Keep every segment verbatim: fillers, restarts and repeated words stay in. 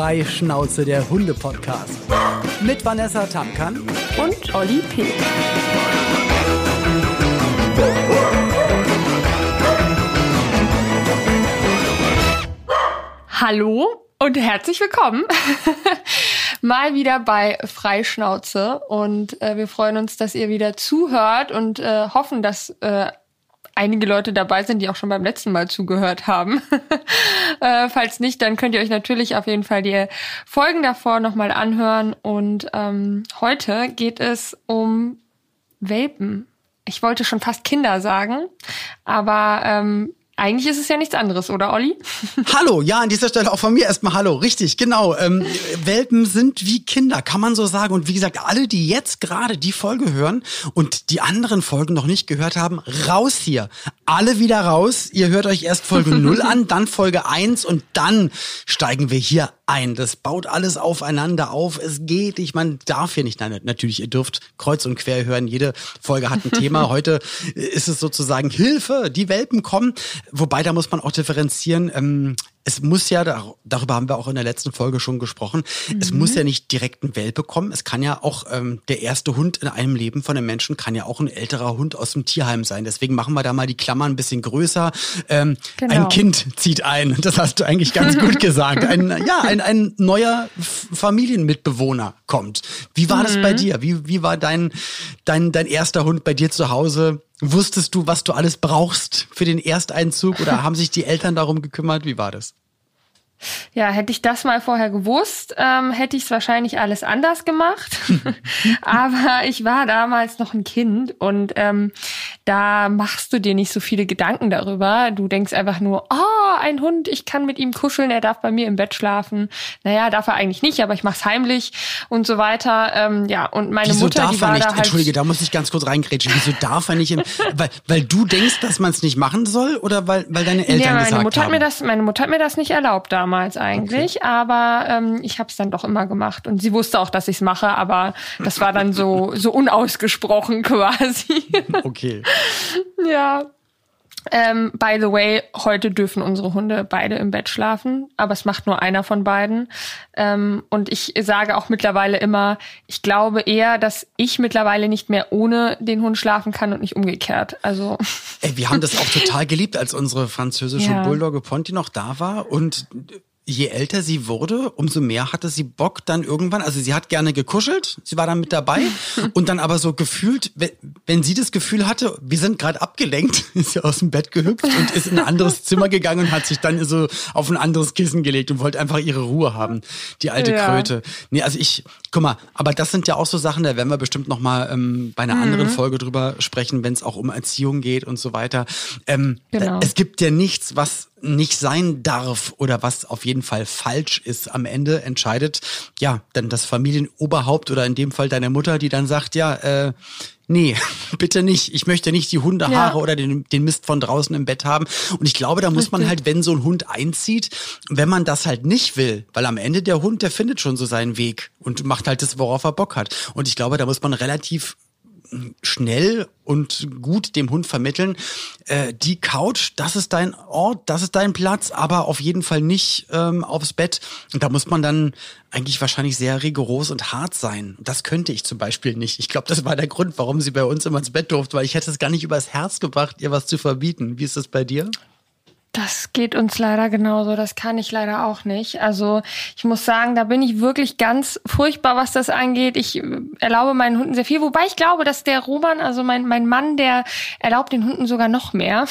Freischnauze, der Hunde-Podcast. Mit Vanessa Tamkan und Olli P. Hallo und herzlich willkommen. Mal wieder bei Freischnauze und äh, wir freuen uns, dass ihr wieder zuhört und äh, hoffen, dass äh, einige Leute dabei sind, die auch schon beim letzten Mal zugehört haben. äh, falls nicht, dann könnt ihr euch natürlich auf jeden Fall die Folgen davor nochmal anhören. Und ähm, heute geht es um Welpen. Ich wollte schon fast Kinder sagen, aber ähm, eigentlich ist es ja nichts anderes, oder Olli? Hallo, ja, an dieser Stelle auch von mir erstmal hallo, richtig, genau. Ähm, Welpen sind wie Kinder, kann man so sagen. Und wie gesagt, alle, die jetzt gerade die Folge hören und die anderen Folgen noch nicht gehört haben, raus hier. Alle wieder raus. Ihr hört euch erst Folge null an, dann Folge eins und dann steigen wir hier ein. Das baut alles aufeinander auf. Es geht, ich man darf hier nicht, nein, natürlich, ihr dürft kreuz und quer hören. Jede Folge hat ein Thema. Heute ist es sozusagen Hilfe, die Welpen kommen. Wobei, da muss man auch differenzieren. Ähm, es muss ja, darüber haben wir auch in der letzten Folge schon gesprochen, mhm. es muss ja nicht direkt ein Welpe kommen. Es kann ja auch, ähm, der erste Hund in einem Leben von einem Menschen kann ja auch ein älterer Hund aus dem Tierheim sein. Deswegen machen wir da mal die Klammern ein bisschen größer. Ähm, genau. Ein Kind zieht ein. Das hast du eigentlich ganz gut gesagt. Ein, ja, ein, ein neuer Familienmitbewohner kommt. Wie war mhm. das bei dir? Wie, wie war dein, dein, dein erster Hund bei dir zu Hause? Wusstest du, was du alles brauchst für den Ersteinzug oder haben sich die Eltern darum gekümmert? Wie war das? Ja, hätte ich das mal vorher gewusst, ähm, hätte ich es wahrscheinlich alles anders gemacht. Aber ich war damals noch ein Kind und ähm, da machst du dir nicht so viele Gedanken darüber. Du denkst einfach nur, oh, ein Hund, ich kann mit ihm kuscheln, er darf bei mir im Bett schlafen. Naja, darf er eigentlich nicht, aber ich mach's heimlich und so weiter. Ähm, ja, und meine Wieso Mutter, darf die er war nicht? da halt... Entschuldige, da muss ich ganz kurz reingrätschen. Wieso darf er nicht? Im, weil, weil du denkst, dass man es nicht machen soll oder weil, weil deine Eltern ja, meine gesagt Mutter haben? Hat mir das, meine Mutter hat mir das nicht erlaubt damals. Damals eigentlich, okay. aber ähm, ich habe es dann doch immer gemacht und sie wusste auch, dass ich es mache, aber das war dann so so unausgesprochen quasi. Okay. Ja. Ähm, by the way, heute dürfen unsere Hunde beide im Bett schlafen, aber es macht nur einer von beiden. Ähm, und ich sage auch mittlerweile immer, ich glaube eher, dass ich mittlerweile nicht mehr ohne den Hund schlafen kann und nicht umgekehrt. Also Ey, wir haben das auch total geliebt, als unsere französische ja. Bulldogge Ponti noch da war und je älter sie wurde, umso mehr hatte sie Bock dann irgendwann, also sie hat gerne gekuschelt, sie war dann mit dabei und dann aber so gefühlt, wenn, wenn sie das Gefühl hatte, wir sind gerade abgelenkt, ist sie aus dem Bett gehüpft und ist in ein anderes Zimmer gegangen und hat sich dann so auf ein anderes Kissen gelegt und wollte einfach ihre Ruhe haben, die alte ja. Kröte. Nee, also ich, guck mal, aber das sind ja auch so Sachen, da werden wir bestimmt noch mal ähm, bei einer mhm. anderen Folge drüber sprechen, wenn es auch um Erziehung geht und so weiter. Ähm, genau. Es gibt ja nichts, was nicht sein darf oder was auf jeden Fall falsch ist. Am Ende entscheidet ja dann das Familienoberhaupt oder in dem Fall deine Mutter, die dann sagt, ja, äh, nee, bitte nicht. Ich möchte nicht die Hundehaare ja. oder den, den Mist von draußen im Bett haben. Und ich glaube, da muss Richtig. man halt, wenn so ein Hund einzieht, wenn man das halt nicht will, weil am Ende der Hund, der findet schon so seinen Weg und macht halt das, worauf er Bock hat. Und ich glaube, da muss man relativ schnell und gut dem Hund vermitteln, äh, die Couch, das ist dein Ort, das ist dein Platz, aber auf jeden Fall nicht ähm, aufs Bett. Und da muss man dann eigentlich wahrscheinlich sehr rigoros und hart sein. Das könnte ich zum Beispiel nicht. Ich glaube, das war der Grund, warum sie bei uns immer ins Bett durfte, weil ich hätte es gar nicht übers Herz gebracht, ihr was zu verbieten. Wie ist das bei dir? Das geht uns leider genauso, das kann ich leider auch nicht. Also ich muss sagen, da bin ich wirklich ganz furchtbar, was das angeht. Ich erlaube meinen Hunden sehr viel, wobei ich glaube, dass der Roman, also mein mein Mann, der erlaubt den Hunden sogar noch mehr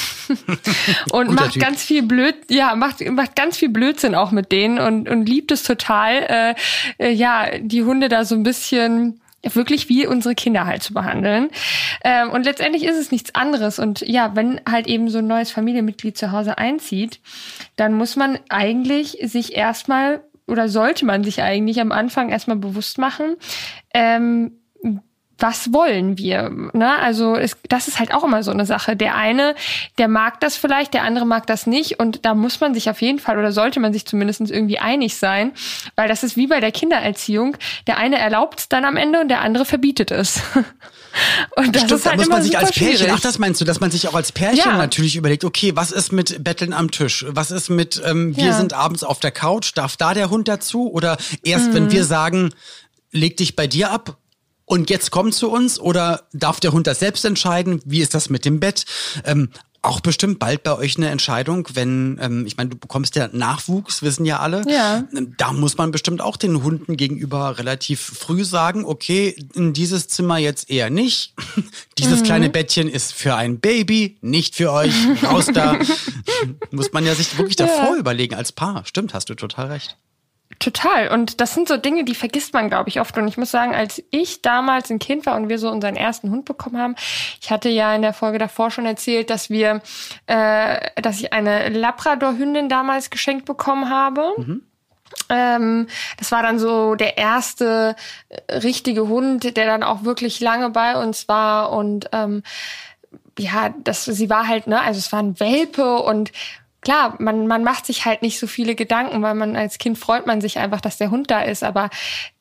und macht typ. ganz viel Blöd, ja macht macht ganz viel Blödsinn auch mit denen und und liebt es total, äh, ja die Hunde da so ein bisschen wirklich wie unsere Kinder halt zu behandeln. Ähm, und letztendlich ist es nichts anderes. Und ja, wenn halt eben so ein neues Familienmitglied zu Hause einzieht, dann muss man eigentlich sich erstmal oder sollte man sich eigentlich am Anfang erstmal bewusst machen, ähm, was wollen wir? Ne? Also es, das ist halt auch immer so eine Sache. Der eine, der mag das vielleicht, der andere mag das nicht. Und da muss man sich auf jeden Fall oder sollte man sich zumindest irgendwie einig sein, weil das ist wie bei der Kindererziehung. Der eine erlaubt es dann am Ende und der andere verbietet es. Und das Stimmt, ist halt da muss immer man sich super als Pärchen, schwierig. ach, das meinst du, dass man sich auch als Pärchen Ja. natürlich überlegt, okay, was ist mit Betteln am Tisch? Was ist mit, ähm, wir Ja. sind abends auf der Couch, darf da der Hund dazu? Oder erst, Mhm. wenn wir sagen, leg dich bei dir ab und jetzt komm zu uns? Oder darf der Hund das selbst entscheiden? Wie ist das mit dem Bett? Ähm, Auch bestimmt bald bei euch eine Entscheidung, wenn, ähm, ich meine, du bekommst ja Nachwuchs, wissen ja alle. Ja. Da muss man bestimmt auch den Hunden gegenüber relativ früh sagen, okay, in dieses Zimmer jetzt eher nicht. Dieses Mhm. kleine Bettchen ist für ein Baby, nicht für euch. Raus da. Muss man ja sich wirklich davor Ja. überlegen als Paar. Stimmt, hast du total recht. Total. Und das sind so Dinge, die vergisst man, glaube ich, oft. Und ich muss sagen, als ich damals ein Kind war und wir so unseren ersten Hund bekommen haben, ich hatte ja in der Folge davor schon erzählt, dass wir, äh, dass ich eine Labrador-Hündin damals geschenkt bekommen habe. Mhm. Ähm, das war dann so der erste äh, richtige Hund, der dann auch wirklich lange bei uns war. Und ähm, ja, das, sie war halt, ne, also es war ein Welpe und klar, man, man macht sich halt nicht so viele Gedanken, weil man als Kind freut man sich einfach, dass der Hund da ist. Aber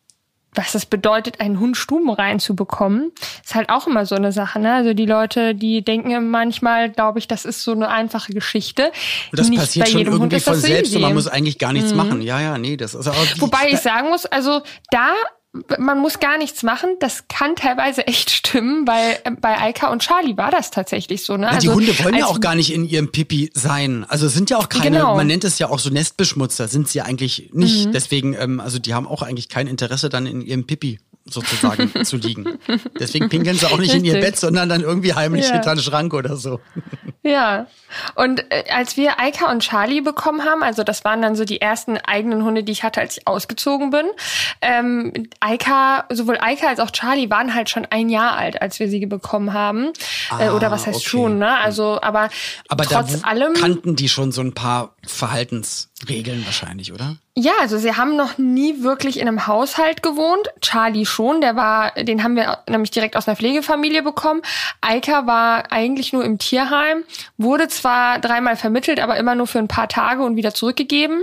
was es bedeutet, einen Hund stubenrein zu bekommen, ist halt auch immer so eine Sache. Ne? Also die Leute, die denken manchmal, glaube ich, das ist so eine einfache Geschichte. Und das Nicht passiert bei schon jedem Hund irgendwie ist das von so selbst easy. und man muss eigentlich gar nichts machen. Ja, ja, nee, das ist aber wie, Wobei ich sagen muss, also da, man muss gar nichts machen. Das kann teilweise echt stimmen, weil äh, bei Eika und Charlie war das tatsächlich so. Ne? Ja, die also, Hunde wollen ja als- auch gar nicht in ihrem Pipi sein. Also es sind ja auch keine, Genau. man nennt es ja auch so Nestbeschmutzer, sind sie ja eigentlich nicht. Mhm. Deswegen, ähm, also die haben auch eigentlich kein Interesse dann in ihrem Pipi sozusagen zu liegen. Deswegen pinkeln sie auch nicht in ihr Richtig. Bett, sondern dann irgendwie heimlich Ja. hinter den Schrank oder so. Ja, und äh, als wir Eika und Charlie bekommen haben, also das waren dann so die ersten eigenen Hunde, die ich hatte, als ich ausgezogen bin. Ähm, Eika, sowohl Eika als auch Charlie waren halt schon ein Jahr alt, als wir sie bekommen haben. äh, Ah, oder was heißt okay. schon, ne? Also, aber, Aber trotz da allem. kannten die schon so ein paar Verhaltensregeln wahrscheinlich, oder? Ja, also sie haben noch nie wirklich in einem Haushalt gewohnt. Charlie schon, der war, den haben wir nämlich direkt aus einer Pflegefamilie bekommen. Eika war eigentlich nur im Tierheim, wurde zwar dreimal vermittelt, aber immer nur für ein paar Tage und wieder zurückgegeben.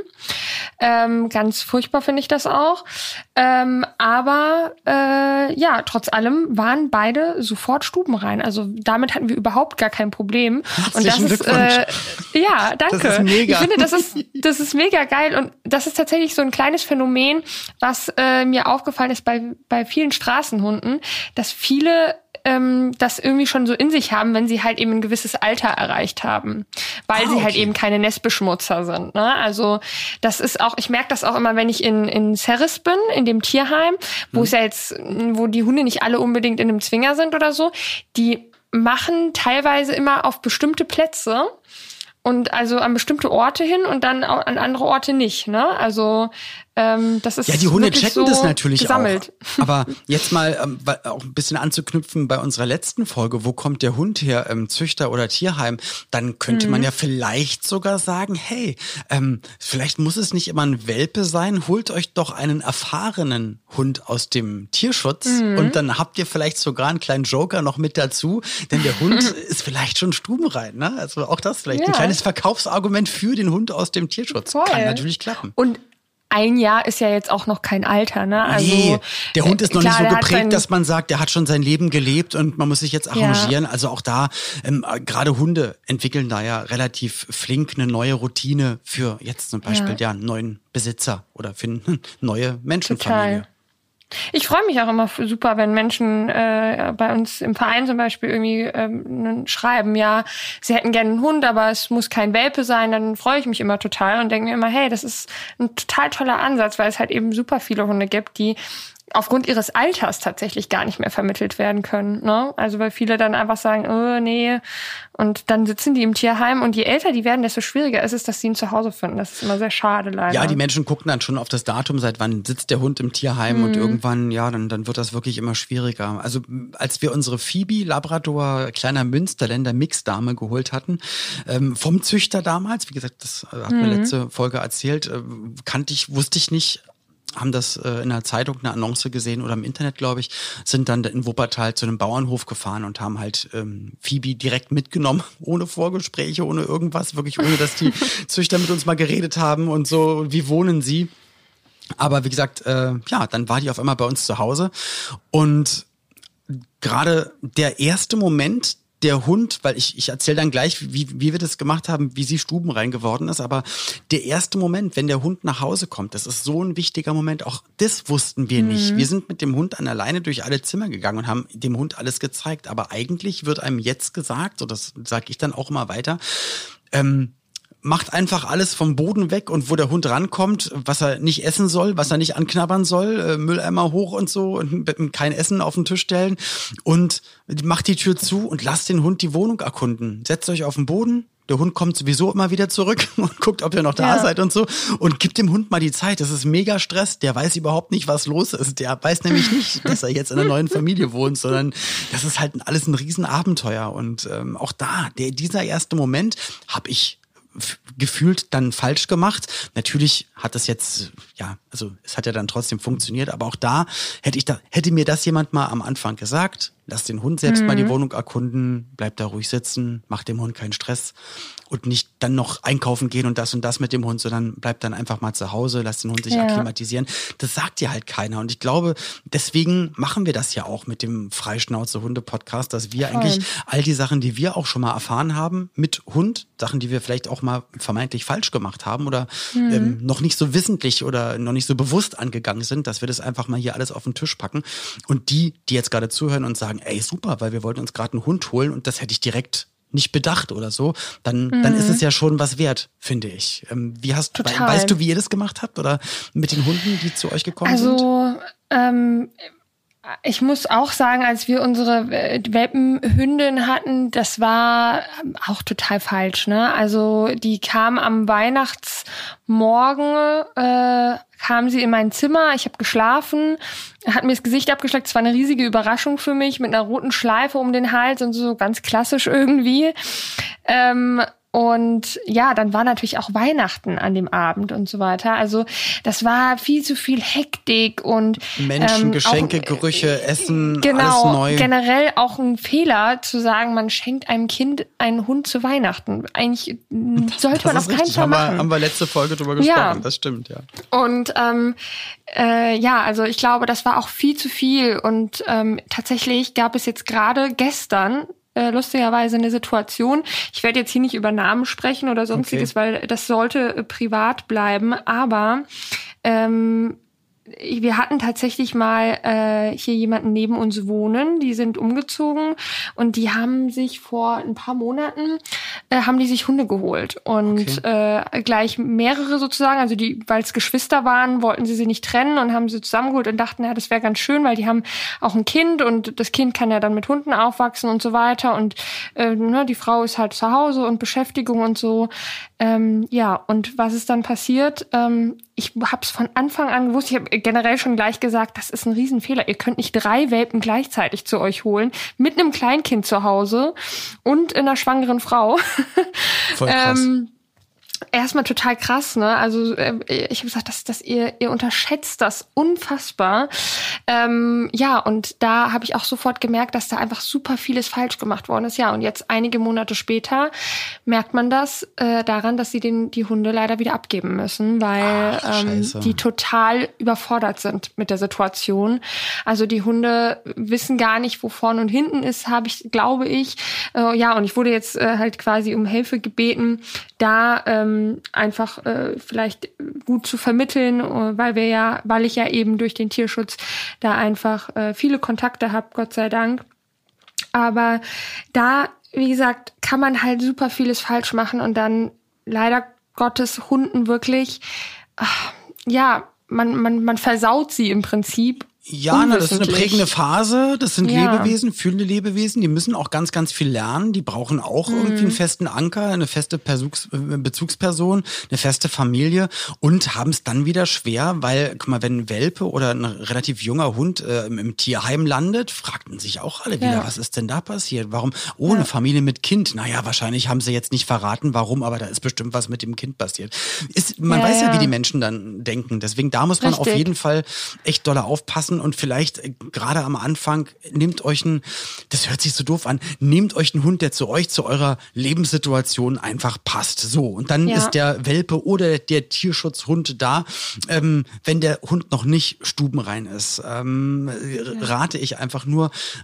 Ähm, ganz furchtbar finde ich das auch. Ähm, aber äh, ja, trotz allem waren beide sofort stubenrein. Also damit hatten wir überhaupt gar kein Problem. Und das Herzlichen ist Glückwunsch. äh, ja, danke. Das ist mega. Ich finde, das ist das ist mega geil und das ist tatsächlich so ein kleines Phänomen, was äh, mir aufgefallen ist bei bei vielen Straßenhunden, dass viele ähm, das irgendwie schon so in sich haben, wenn sie halt eben ein gewisses Alter erreicht haben, weil Ah, sie halt okay. eben keine Nestbeschmutzer sind. Ne? Also das ist auch, ich merke das auch immer, wenn ich in in Ceres bin, in dem Tierheim, wo es ja jetzt, wo die Hunde nicht alle unbedingt in einem Zwinger sind oder so, die machen teilweise immer auf bestimmte Plätze und also an bestimmte Orte hin und dann au- an andere Orte nicht. Ne? Also ähm, das ist Ja, die Hunde wirklich checken so das natürlich gesammelt. auch. Aber jetzt mal ähm, weil- auch ein bisschen anzuknüpfen bei unserer letzten Folge, wo kommt der Hund her, ähm, Züchter oder Tierheim, dann könnte Mhm. man ja vielleicht sogar sagen, hey, ähm, vielleicht muss es nicht immer ein Welpe sein, holt euch doch einen erfahrenen Hund aus dem Tierschutz Mhm. und dann habt ihr vielleicht sogar einen kleinen Joker noch mit dazu, denn der Hund ist vielleicht schon stubenrein. Ne? Also auch das vielleicht ein Ja. kleines Verkaufsargument für den Hund aus dem Tierschutz. Voll. Kann natürlich klappen. Und ein Jahr ist ja jetzt auch noch kein Alter, ne? Also, Nee, der Hund ist noch klar, nicht so der hat geprägt, sein- dass man sagt, der hat schon sein Leben gelebt und man muss sich jetzt arrangieren. Also auch da, ähm, gerade Hunde entwickeln da ja relativ flink eine neue Routine für jetzt zum Beispiel Ja. ja. einen neuen Besitzer oder für eine neue Menschenfamilie. Total. Ich freue mich auch immer f- super, wenn Menschen äh, bei uns im Verein zum Beispiel irgendwie ähm, schreiben, ja, sie hätten gerne einen Hund, aber es muss kein Welpe sein, dann freue ich mich immer total und denke mir immer, hey, das ist ein total toller Ansatz, weil es halt eben super viele Hunde gibt, die aufgrund ihres Alters tatsächlich gar nicht mehr vermittelt werden können. Ne? Also weil viele dann einfach sagen, oh, nee, und dann sitzen die im Tierheim und je älter die werden, desto schwieriger ist es, dass sie ihn zu Hause finden. Das ist immer sehr schade leider. Ja, die Menschen gucken dann schon auf das Datum, seit wann sitzt der Hund im Tierheim Mhm. und irgendwann, ja, dann, dann wird das wirklich immer schwieriger. Also m, als wir unsere Phoebe Labrador kleiner Münsterländer Mixdame geholt hatten, ähm, vom Züchter damals, wie gesagt, das äh, hat mir Mhm. letzte Folge erzählt, äh, kannte ich, wusste ich nicht, haben das äh, in der Zeitung eine Annonce gesehen oder im Internet, glaube ich, sind dann in Wuppertal zu einem Bauernhof gefahren und haben halt ähm, Phoebe direkt mitgenommen, ohne Vorgespräche, ohne irgendwas, wirklich ohne, dass die Züchter mit uns mal geredet haben und so, wie wohnen sie. Aber wie gesagt, äh, ja, dann war die auf einmal bei uns zu Hause und gerade der erste Moment, der Hund, weil ich, ich erzähle dann gleich, wie, wie wir das gemacht haben, wie sie stubenrein geworden ist, aber der erste Moment, wenn der Hund nach Hause kommt, das ist so ein wichtiger Moment, auch das wussten wir mhm. nicht. Wir sind mit dem Hund an alleine durch alle Zimmer gegangen und haben dem Hund alles gezeigt, aber eigentlich wird einem jetzt gesagt, so das sage ich dann auch immer weiter, ähm, macht einfach alles vom Boden weg und wo der Hund rankommt, was er nicht essen soll, was er nicht anknabbern soll, äh, Mülleimer hoch und so und kein Essen auf den Tisch stellen und macht die Tür zu und lasst den Hund die Wohnung erkunden. Setzt euch auf den Boden, der Hund kommt sowieso immer wieder zurück und guckt, ob ihr noch da ja. seid und so und gibt dem Hund mal die Zeit. Das ist mega Stress, der weiß überhaupt nicht, was los ist. Der weiß nämlich nicht, dass er jetzt in einer neuen Familie wohnt, sondern das ist halt alles ein Riesenabenteuer und ähm, auch da, der, dieser erste Moment habe ich gefühlt dann falsch gemacht. Natürlich hat das jetzt, ja, also es hat ja dann trotzdem funktioniert, aber auch da hätte ich da, hätte mir das jemand mal am Anfang gesagt, lass den Hund selbst mhm. mal die Wohnung erkunden, bleib da ruhig sitzen, mach dem Hund keinen Stress und nicht dann noch einkaufen gehen und das und das mit dem Hund, sondern bleib dann einfach mal zu Hause, lass den Hund sich ja. akklimatisieren. Das sagt dir halt keiner und ich glaube, deswegen machen wir das ja auch mit dem Freischnauze-Hunde-Podcast, dass wir Voll. eigentlich all die Sachen, die wir auch schon mal erfahren haben mit Hund, Sachen, die wir vielleicht auch mal vermeintlich falsch gemacht haben oder mhm. ähm, noch nicht so wissentlich oder noch nicht so bewusst angegangen sind, dass wir das einfach mal hier alles auf den Tisch packen und die, die jetzt gerade zuhören und sagen, ey super, weil wir wollten uns gerade einen Hund holen und das hätte ich direkt nicht bedacht oder so, dann mhm. dann ist es ja schon was wert, finde ich. Ähm, wie hast du, weißt du, wie ihr das gemacht habt oder mit den Hunden, die zu euch gekommen also, sind? Also ähm, ich muss auch sagen, als wir unsere Welpenhündin hatten, das war auch total falsch, ne? Also die kam am Weihnachtsmorgen, äh, kam sie in mein Zimmer, ich habe geschlafen, hat mir das Gesicht abgeschleckt, es war eine riesige Überraschung für mich, mit einer roten Schleife um den Hals und so, ganz klassisch irgendwie. Ähm, Und ja, dann war natürlich auch Weihnachten an dem Abend und so weiter. Also das war viel zu viel Hektik und Menschen, ähm, Geschenke, auch, Gerüche, Essen, genau, alles neu. Generell auch ein Fehler zu sagen, man schenkt einem Kind einen Hund zu Weihnachten. Eigentlich das, sollte das man auf keinen richtig. Fall haben machen. Wir, haben wir letzte Folge drüber gesprochen, ja. Das stimmt, ja. Und ähm, äh, ja, also ich glaube, das war auch viel zu viel. Und ähm, tatsächlich gab es jetzt gerade gestern lustigerweise eine Situation. Ich werde jetzt hier nicht über Namen sprechen oder sonstiges, okay. weil das sollte äh, privat bleiben. Aber ähm, wir hatten tatsächlich mal äh, hier jemanden neben uns wohnen. Die sind umgezogen und die haben sich vor ein paar Monaten äh, haben die sich Hunde geholt und okay. äh, gleich mehrere sozusagen. Also die, weil es Geschwister waren, wollten sie sie nicht trennen und haben sie zusammengeholt und dachten, ja, das wäre ganz schön, weil die haben auch ein Kind und das Kind kann ja dann mit Hunden aufwachsen und so weiter und äh, ne, die Frau ist halt zu Hause und Beschäftigung und so. Ähm, ja, und was ist dann passiert? Ähm, ich habe es von Anfang an gewusst. Ich habe generell schon gleich gesagt, das ist ein Riesenfehler. Ihr könnt nicht drei Welpen gleichzeitig zu euch holen, mit einem Kleinkind zu Hause und einer schwangeren Frau. Voll krass. ähm, Erstmal total krass, ne? Also äh, ich habe gesagt, dass, dass ihr ihr unterschätzt das unfassbar. Ähm, ja, und da habe ich auch sofort gemerkt, dass da einfach super vieles falsch gemacht worden ist. Ja, und jetzt einige Monate später merkt man das äh, daran, dass sie den die Hunde leider wieder abgeben müssen, weil Ach, ähm, die total überfordert sind mit der Situation. Also die Hunde wissen gar nicht, wo vorne und hinten ist, habe ich, glaube ich. Äh, ja, und ich wurde jetzt äh, halt quasi um Hilfe gebeten, da ähm, einfach äh, vielleicht gut zu vermitteln, weil wir ja, weil ich ja eben durch den Tierschutz da einfach äh, viele Kontakte habe, Gott sei Dank. Aber da, wie gesagt, kann man halt super vieles falsch machen und dann leider Gottes Hunden wirklich, ach, ja, man, man, man versaut sie im Prinzip. Ja, na, das ist eine prägende Phase. Das sind ja. Lebewesen, fühlende Lebewesen. Die müssen auch ganz, ganz viel lernen. Die brauchen auch mhm. irgendwie einen festen Anker, eine feste Bezugs- Bezugsperson, eine feste Familie und haben es dann wieder schwer, weil, guck mal, wenn ein Welpe oder ein relativ junger Hund äh, im Tierheim landet, fragten sich auch alle wieder, ja. was ist denn da passiert? Warum? Oh, ja. eine Familie mit Kind. Naja, wahrscheinlich haben sie jetzt nicht verraten, warum, aber da ist bestimmt was mit dem Kind passiert. Ist, man ja, weiß ja, ja, wie die Menschen dann denken. Deswegen, da muss man Richtig. auf jeden Fall echt doll aufpassen. Und vielleicht äh, gerade am Anfang nehmt euch einen, das hört sich so doof an, nehmt euch einen Hund, der zu euch, zu eurer Lebenssituation einfach passt. So, und dann ja. ist der Welpe oder der Tierschutzhund da. Ähm, wenn der Hund noch nicht stubenrein ist, ähm, ja. rate ich einfach nur,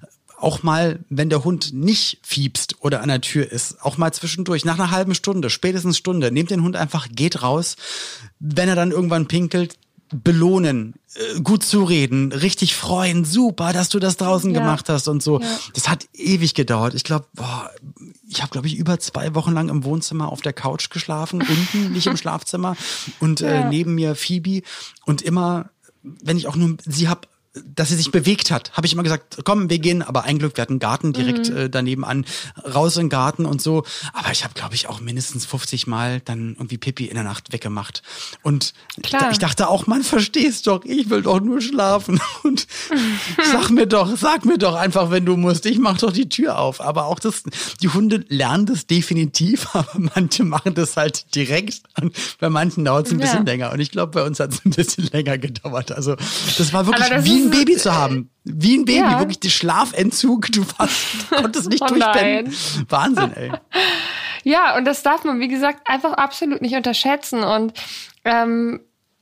auch mal, wenn der Hund nicht fiebst oder an der Tür ist, auch mal zwischendurch, nach einer halben Stunde, spätestens Stunde, nehmt den Hund einfach, geht raus. Wenn er dann irgendwann pinkelt, belohnen, äh, gut zureden, richtig freuen, super, dass du das draußen ja. gemacht hast und so. Ja. Das hat ewig gedauert. Ich glaube, ich habe, glaube ich, über zwei Wochen lang im Wohnzimmer auf der Couch geschlafen, unten, nicht im Schlafzimmer. Und äh, ja. neben mir Phoebe. Und immer, wenn ich auch nur sie hab, dass sie sich bewegt hat, habe ich immer gesagt, komm, wir gehen. Aber ein Glück, wir hatten einen Garten direkt mhm. äh, daneben an, raus in den Garten und so. Aber ich habe, glaube ich, auch mindestens fünfzig Mal dann irgendwie Pipi in der Nacht weggemacht. Und Klar. ich dachte auch, man verstehst doch, ich will doch nur schlafen. Und sag mir doch, sag mir doch einfach, wenn du musst, ich mach doch die Tür auf. Aber auch das, die Hunde lernen das definitiv, aber manche machen das halt direkt. Und bei manchen dauert es ein ja. bisschen länger. Und ich glaube, bei uns hat es ein bisschen länger gedauert. Also das war wirklich das wie ein Baby zu haben. Wie ein Baby, ja. wirklich der Schlafentzug. Du, warst, du konntest nicht oh durchpennen. Wahnsinn, ey. Ja, und das darf man, wie gesagt, einfach absolut nicht unterschätzen. Und ähm,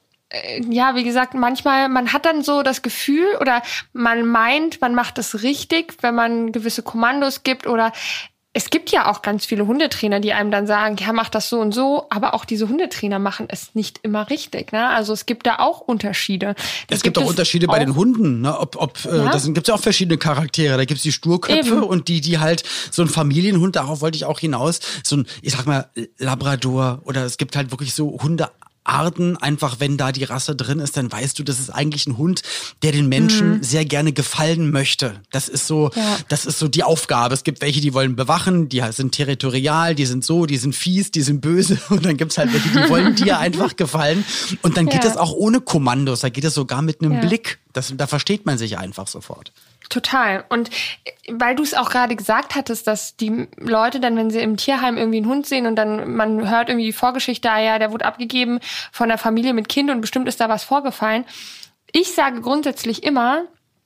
ja, wie gesagt, manchmal, man hat dann so das Gefühl oder man meint, man macht es richtig, wenn man gewisse Kommandos gibt oder es gibt ja auch ganz viele Hundetrainer, die einem dann sagen, ja, mach das so und so, aber auch diese Hundetrainer machen es nicht immer richtig, ne? Also es gibt da auch Unterschiede. Das es gibt auch Unterschiede auch bei den Hunden, ne? Ob, ob, ja. äh, das gibt ja auch verschiedene Charaktere. Da gibt's die Sturköpfe Eben. und die, die halt so ein Familienhund, darauf wollte ich auch hinaus, so ein, ich sag mal, Labrador oder es gibt halt wirklich so Hunde. Arten, einfach wenn da die Rasse drin ist, dann weißt du, das ist eigentlich ein Hund, der den Menschen mhm. sehr gerne gefallen möchte. Das ist so, ja. das ist so die Aufgabe. Es gibt welche, die wollen bewachen, die sind territorial, die sind so, die sind fies, die sind böse und dann gibt's halt welche, die wollen dir einfach gefallen und dann geht es ja. auch ohne Kommandos, da geht es sogar mit einem ja. Blick. Das, da versteht man sich einfach sofort. Total. Und weil du es auch gerade gesagt hattest, dass die Leute dann, wenn sie im Tierheim irgendwie einen Hund sehen und dann man hört irgendwie die Vorgeschichte, ah ja, der wurde abgegeben von der Familie mit Kind und bestimmt ist da was vorgefallen. Ich sage grundsätzlich immer,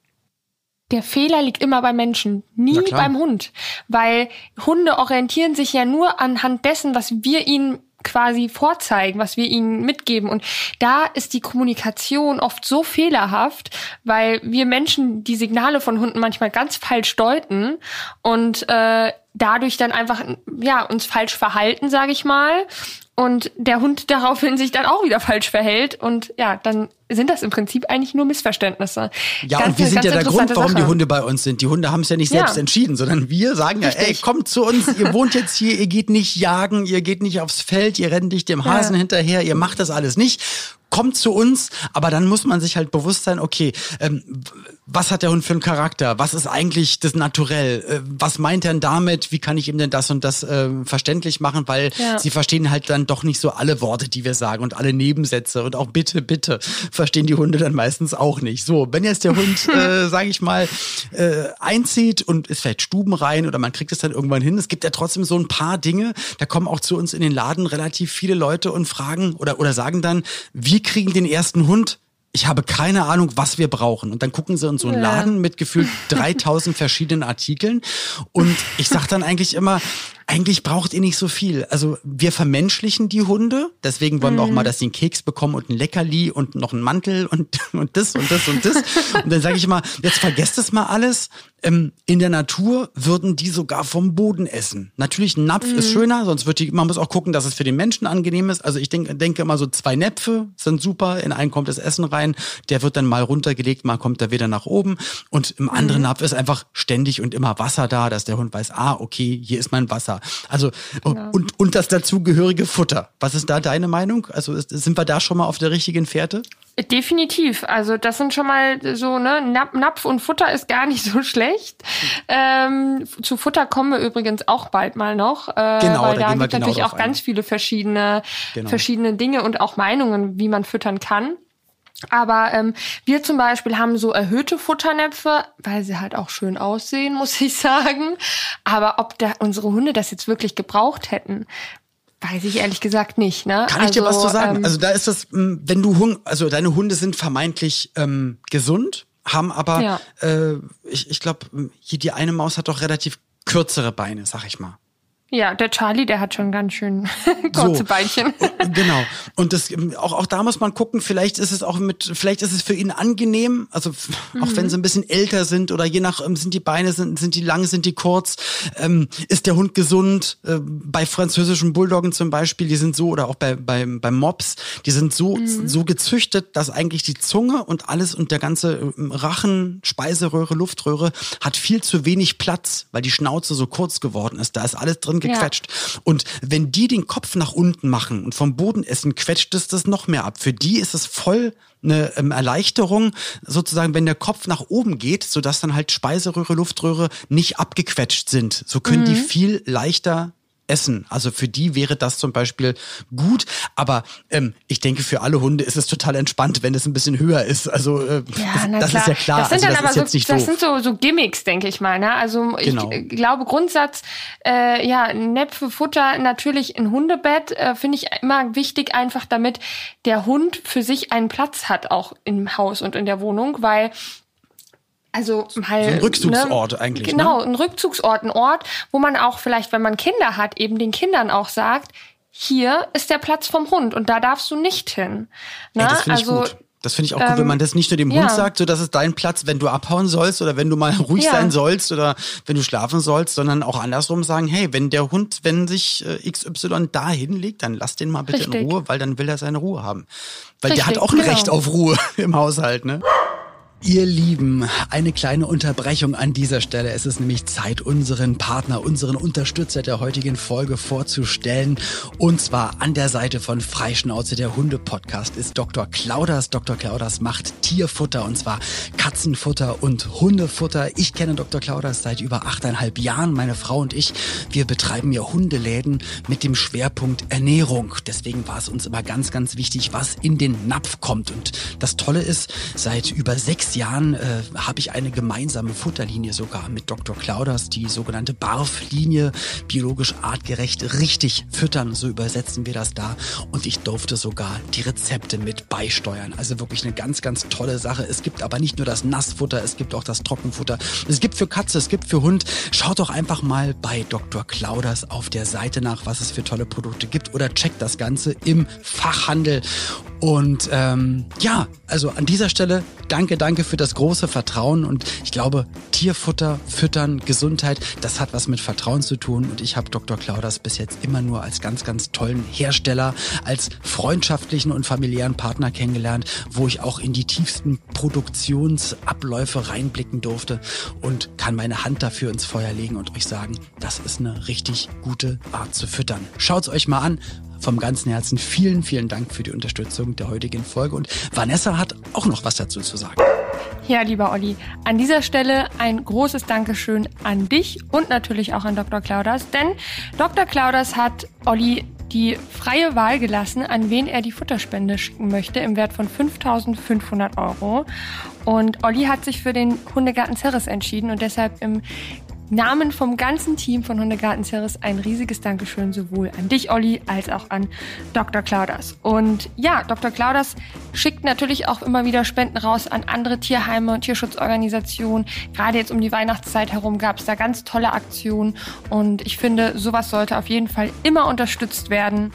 der Fehler liegt immer beim Menschen, nie beim Hund. Weil Hunde orientieren sich ja nur anhand dessen, was wir ihnen quasi vorzeigen, was wir ihnen mitgeben. Und da ist die Kommunikation oft so fehlerhaft, weil wir Menschen die Signale von Hunden manchmal ganz falsch deuten und äh, dadurch dann einfach ja uns falsch verhalten, sage ich mal. Und der Hund daraufhin sich dann auch wieder falsch verhält. Und ja, dann sind das im Prinzip eigentlich nur Missverständnisse. Ja, ganz, und wir sind ja der Grund, warum Sache. die Hunde bei uns sind. Die Hunde haben es ja nicht selbst ja. entschieden, sondern wir sagen ja, Richtig. ey, kommt zu uns, ihr wohnt jetzt hier, ihr geht nicht jagen, ihr geht nicht aufs Feld, ihr rennt nicht dem Hasen ja. hinterher, ihr macht das alles nicht. Kommt zu uns, aber dann muss man sich halt bewusst sein, okay, ähm, was hat der Hund für einen Charakter? Was ist eigentlich das Naturell? Äh, was meint er denn damit? Wie kann ich ihm denn das und das äh, verständlich machen? Weil ja. sie verstehen halt dann doch nicht so alle Worte, die wir sagen und alle Nebensätze und auch bitte, bitte verstehen die Hunde dann meistens auch nicht. So, wenn jetzt der Hund, äh, sage ich mal, äh, einzieht und ist vielleicht stubenrein oder man kriegt es dann irgendwann hin, es gibt ja trotzdem so ein paar Dinge, da kommen auch zu uns in den Laden relativ viele Leute und fragen oder, oder sagen dann, wie kriegen den ersten Hund? Ich habe keine Ahnung, was wir brauchen. Und dann gucken sie in so einen ja. Laden mit gefühlt dreitausend verschiedenen Artikeln. Und ich sag dann eigentlich immer, eigentlich braucht ihr nicht so viel. Also wir vermenschlichen die Hunde. Deswegen wollen mhm. wir auch mal, dass sie einen Keks bekommen und ein Leckerli und noch einen Mantel und, und das und das und das. Und dann sage ich immer, jetzt vergesst es mal alles. Ähm, in der Natur würden die sogar vom Boden essen. Natürlich ein Napf mhm. ist schöner, sonst wird die, man muss auch gucken, dass es für den Menschen angenehm ist. Also ich denke, denke immer so zwei Näpfe sind super. In einen kommt das Essen rein. Der wird dann mal runtergelegt, mal kommt er wieder nach oben. Und im anderen mhm. Napf ist einfach ständig und immer Wasser da, dass der Hund weiß, ah, okay, hier ist mein Wasser. Also genau. und, und das dazugehörige Futter. Was ist da deine Meinung? Also ist, sind wir da schon mal auf der richtigen Fährte? Definitiv. Also das sind schon mal so, ne, Napf und Futter ist gar nicht so schlecht. Ähm, zu Futter kommen wir übrigens auch bald mal noch. Äh, genau, weil da, da gibt es genau natürlich auch ein. ganz viele verschiedene, genau. verschiedene Dinge und auch Meinungen, wie man füttern kann. Aber ähm, wir zum Beispiel haben so erhöhte Futternäpfe, weil sie halt auch schön aussehen, muss ich sagen. Aber ob da unsere Hunde das jetzt wirklich gebraucht hätten, weiß ich ehrlich gesagt nicht. Ne? Kann ich also, dir was zu sagen? Ähm, also da ist das, wenn du Hund, also deine Hunde sind vermeintlich ähm, gesund, haben aber, ja. äh, ich, ich glaube, hier die eine Maus hat doch relativ kürzere Beine, sag ich mal. Ja, der Charlie, der hat schon ganz schön kurze so, Beinchen. Genau. Und das auch auch da muss man gucken, vielleicht ist es auch mit vielleicht ist es für ihn angenehm, also mhm. auch wenn sie ein bisschen älter sind oder je nach sind die Beine sind sind die lang, sind die kurz, ähm, ist der Hund gesund, äh, bei französischen Bulldoggen zum Beispiel, die sind so oder auch bei bei bei Mops, die sind so mhm. so gezüchtet, dass eigentlich die Zunge und alles und der ganze Rachen, Speiseröhre, Luftröhre hat viel zu wenig Platz, weil die Schnauze so kurz geworden ist. Da ist alles drin gequetscht. Ja. Und wenn die den Kopf nach unten machen und vom Boden essen, quetscht es das noch mehr ab. Für die ist es voll eine ähm, Erleichterung, sozusagen, wenn der Kopf nach oben geht, sodass dann halt Speiseröhre, Luftröhre nicht abgequetscht sind. So können mhm. die viel leichter essen. Also für die wäre das zum Beispiel gut. Aber ähm, ich denke, für alle Hunde ist es total entspannt, wenn es ein bisschen höher ist. Also äh, ja, das, das ist ja klar. Das sind also, dann das aber ist so, jetzt nicht das doof. sind so, so Gimmicks, denke ich mal. Ne? Also ich genau. glaube, Grundsatz, äh, ja, Näpfe, Futter, natürlich ein Hundebett, äh, finde ich immer wichtig, einfach damit der Hund für sich einen Platz hat, auch im Haus und in der Wohnung, weil Also halt, so ein Rückzugsort ne? eigentlich. Genau, ne? ein Rückzugsort, ein Ort, wo man auch vielleicht, wenn man Kinder hat, eben den Kindern auch sagt, hier ist der Platz vom Hund und da darfst du nicht hin. Ne? Ey, das finde ich also, gut. Das finde ich auch ähm, gut, wenn man das nicht nur dem ja. Hund sagt, so das ist dein Platz, wenn du abhauen sollst oder wenn du mal ruhig ja. sein sollst oder wenn du schlafen sollst, sondern auch andersrum sagen, hey, wenn der Hund, wenn sich äh, X Y da hinlegt, dann lass den mal bitte Richtig. in Ruhe, weil dann will er seine Ruhe haben. Weil Richtig, der hat auch ein genau. Recht auf Ruhe im Haushalt, ne? Ihr Lieben, eine kleine Unterbrechung an dieser Stelle. Es ist nämlich Zeit, unseren Partner, unseren Unterstützer der heutigen Folge vorzustellen. Und zwar an der Seite von Freischnauze, der Hunde-Podcast, ist Doktor Clauders. Doktor Clauders macht Tierfutter, und zwar Katzenfutter und Hundefutter. Ich kenne Doktor Clauders seit über achteinhalb Jahren. Meine Frau und ich, wir betreiben ja Hundeläden mit dem Schwerpunkt Ernährung. Deswegen war es uns immer ganz, ganz wichtig, was in den Napf kommt. Und das Tolle ist, seit über sechs Jahren äh, habe ich eine gemeinsame Futterlinie sogar mit Doktor Clauders, die sogenannte B A R F-Linie, biologisch artgerecht richtig füttern, so übersetzen wir das da. Und ich durfte sogar die Rezepte mit beisteuern. Also wirklich eine ganz, ganz tolle Sache. Es gibt aber nicht nur das Nassfutter, es gibt auch das Trockenfutter. Es gibt für Katze, es gibt für Hund. Schaut doch einfach mal bei Doktor Clauders auf der Seite nach, was es für tolle Produkte gibt, oder checkt das Ganze im Fachhandel. Und ähm, ja, also an dieser Stelle danke, danke für das große Vertrauen. Und ich glaube, Tierfutter, Füttern, Gesundheit, das hat was mit Vertrauen zu tun. Und ich habe Doktor Clauders bis jetzt immer nur als ganz, ganz tollen Hersteller, als freundschaftlichen und familiären Partner kennengelernt, wo ich auch in die tiefsten Produktionsabläufe reinblicken durfte und kann meine Hand dafür ins Feuer legen und euch sagen, das ist eine richtig gute Art zu füttern. Schaut's euch mal an. Vom ganzen Herzen vielen, vielen Dank für die Unterstützung der heutigen Folge. Und Vanessa hat auch noch was dazu zu sagen. Ja, lieber Olli, an dieser Stelle ein großes Dankeschön an dich und natürlich auch an Doktor Clauders. Denn Doktor Clauders hat Olli die freie Wahl gelassen, an wen er die Futterspende schicken möchte, im Wert von fünftausendfünfhundert Euro. Und Olli hat sich für den Hundegarten Ceres entschieden und deshalb im Namen vom ganzen Team von Hundegarten Ceres ein riesiges Dankeschön sowohl an dich, Olli, als auch an Doktor Clauders. Und ja, Doktor Clauders schickt natürlich auch immer wieder Spenden raus an andere Tierheime und Tierschutzorganisationen. Gerade jetzt um die Weihnachtszeit herum gab es da ganz tolle Aktionen und ich finde, sowas sollte auf jeden Fall immer unterstützt werden.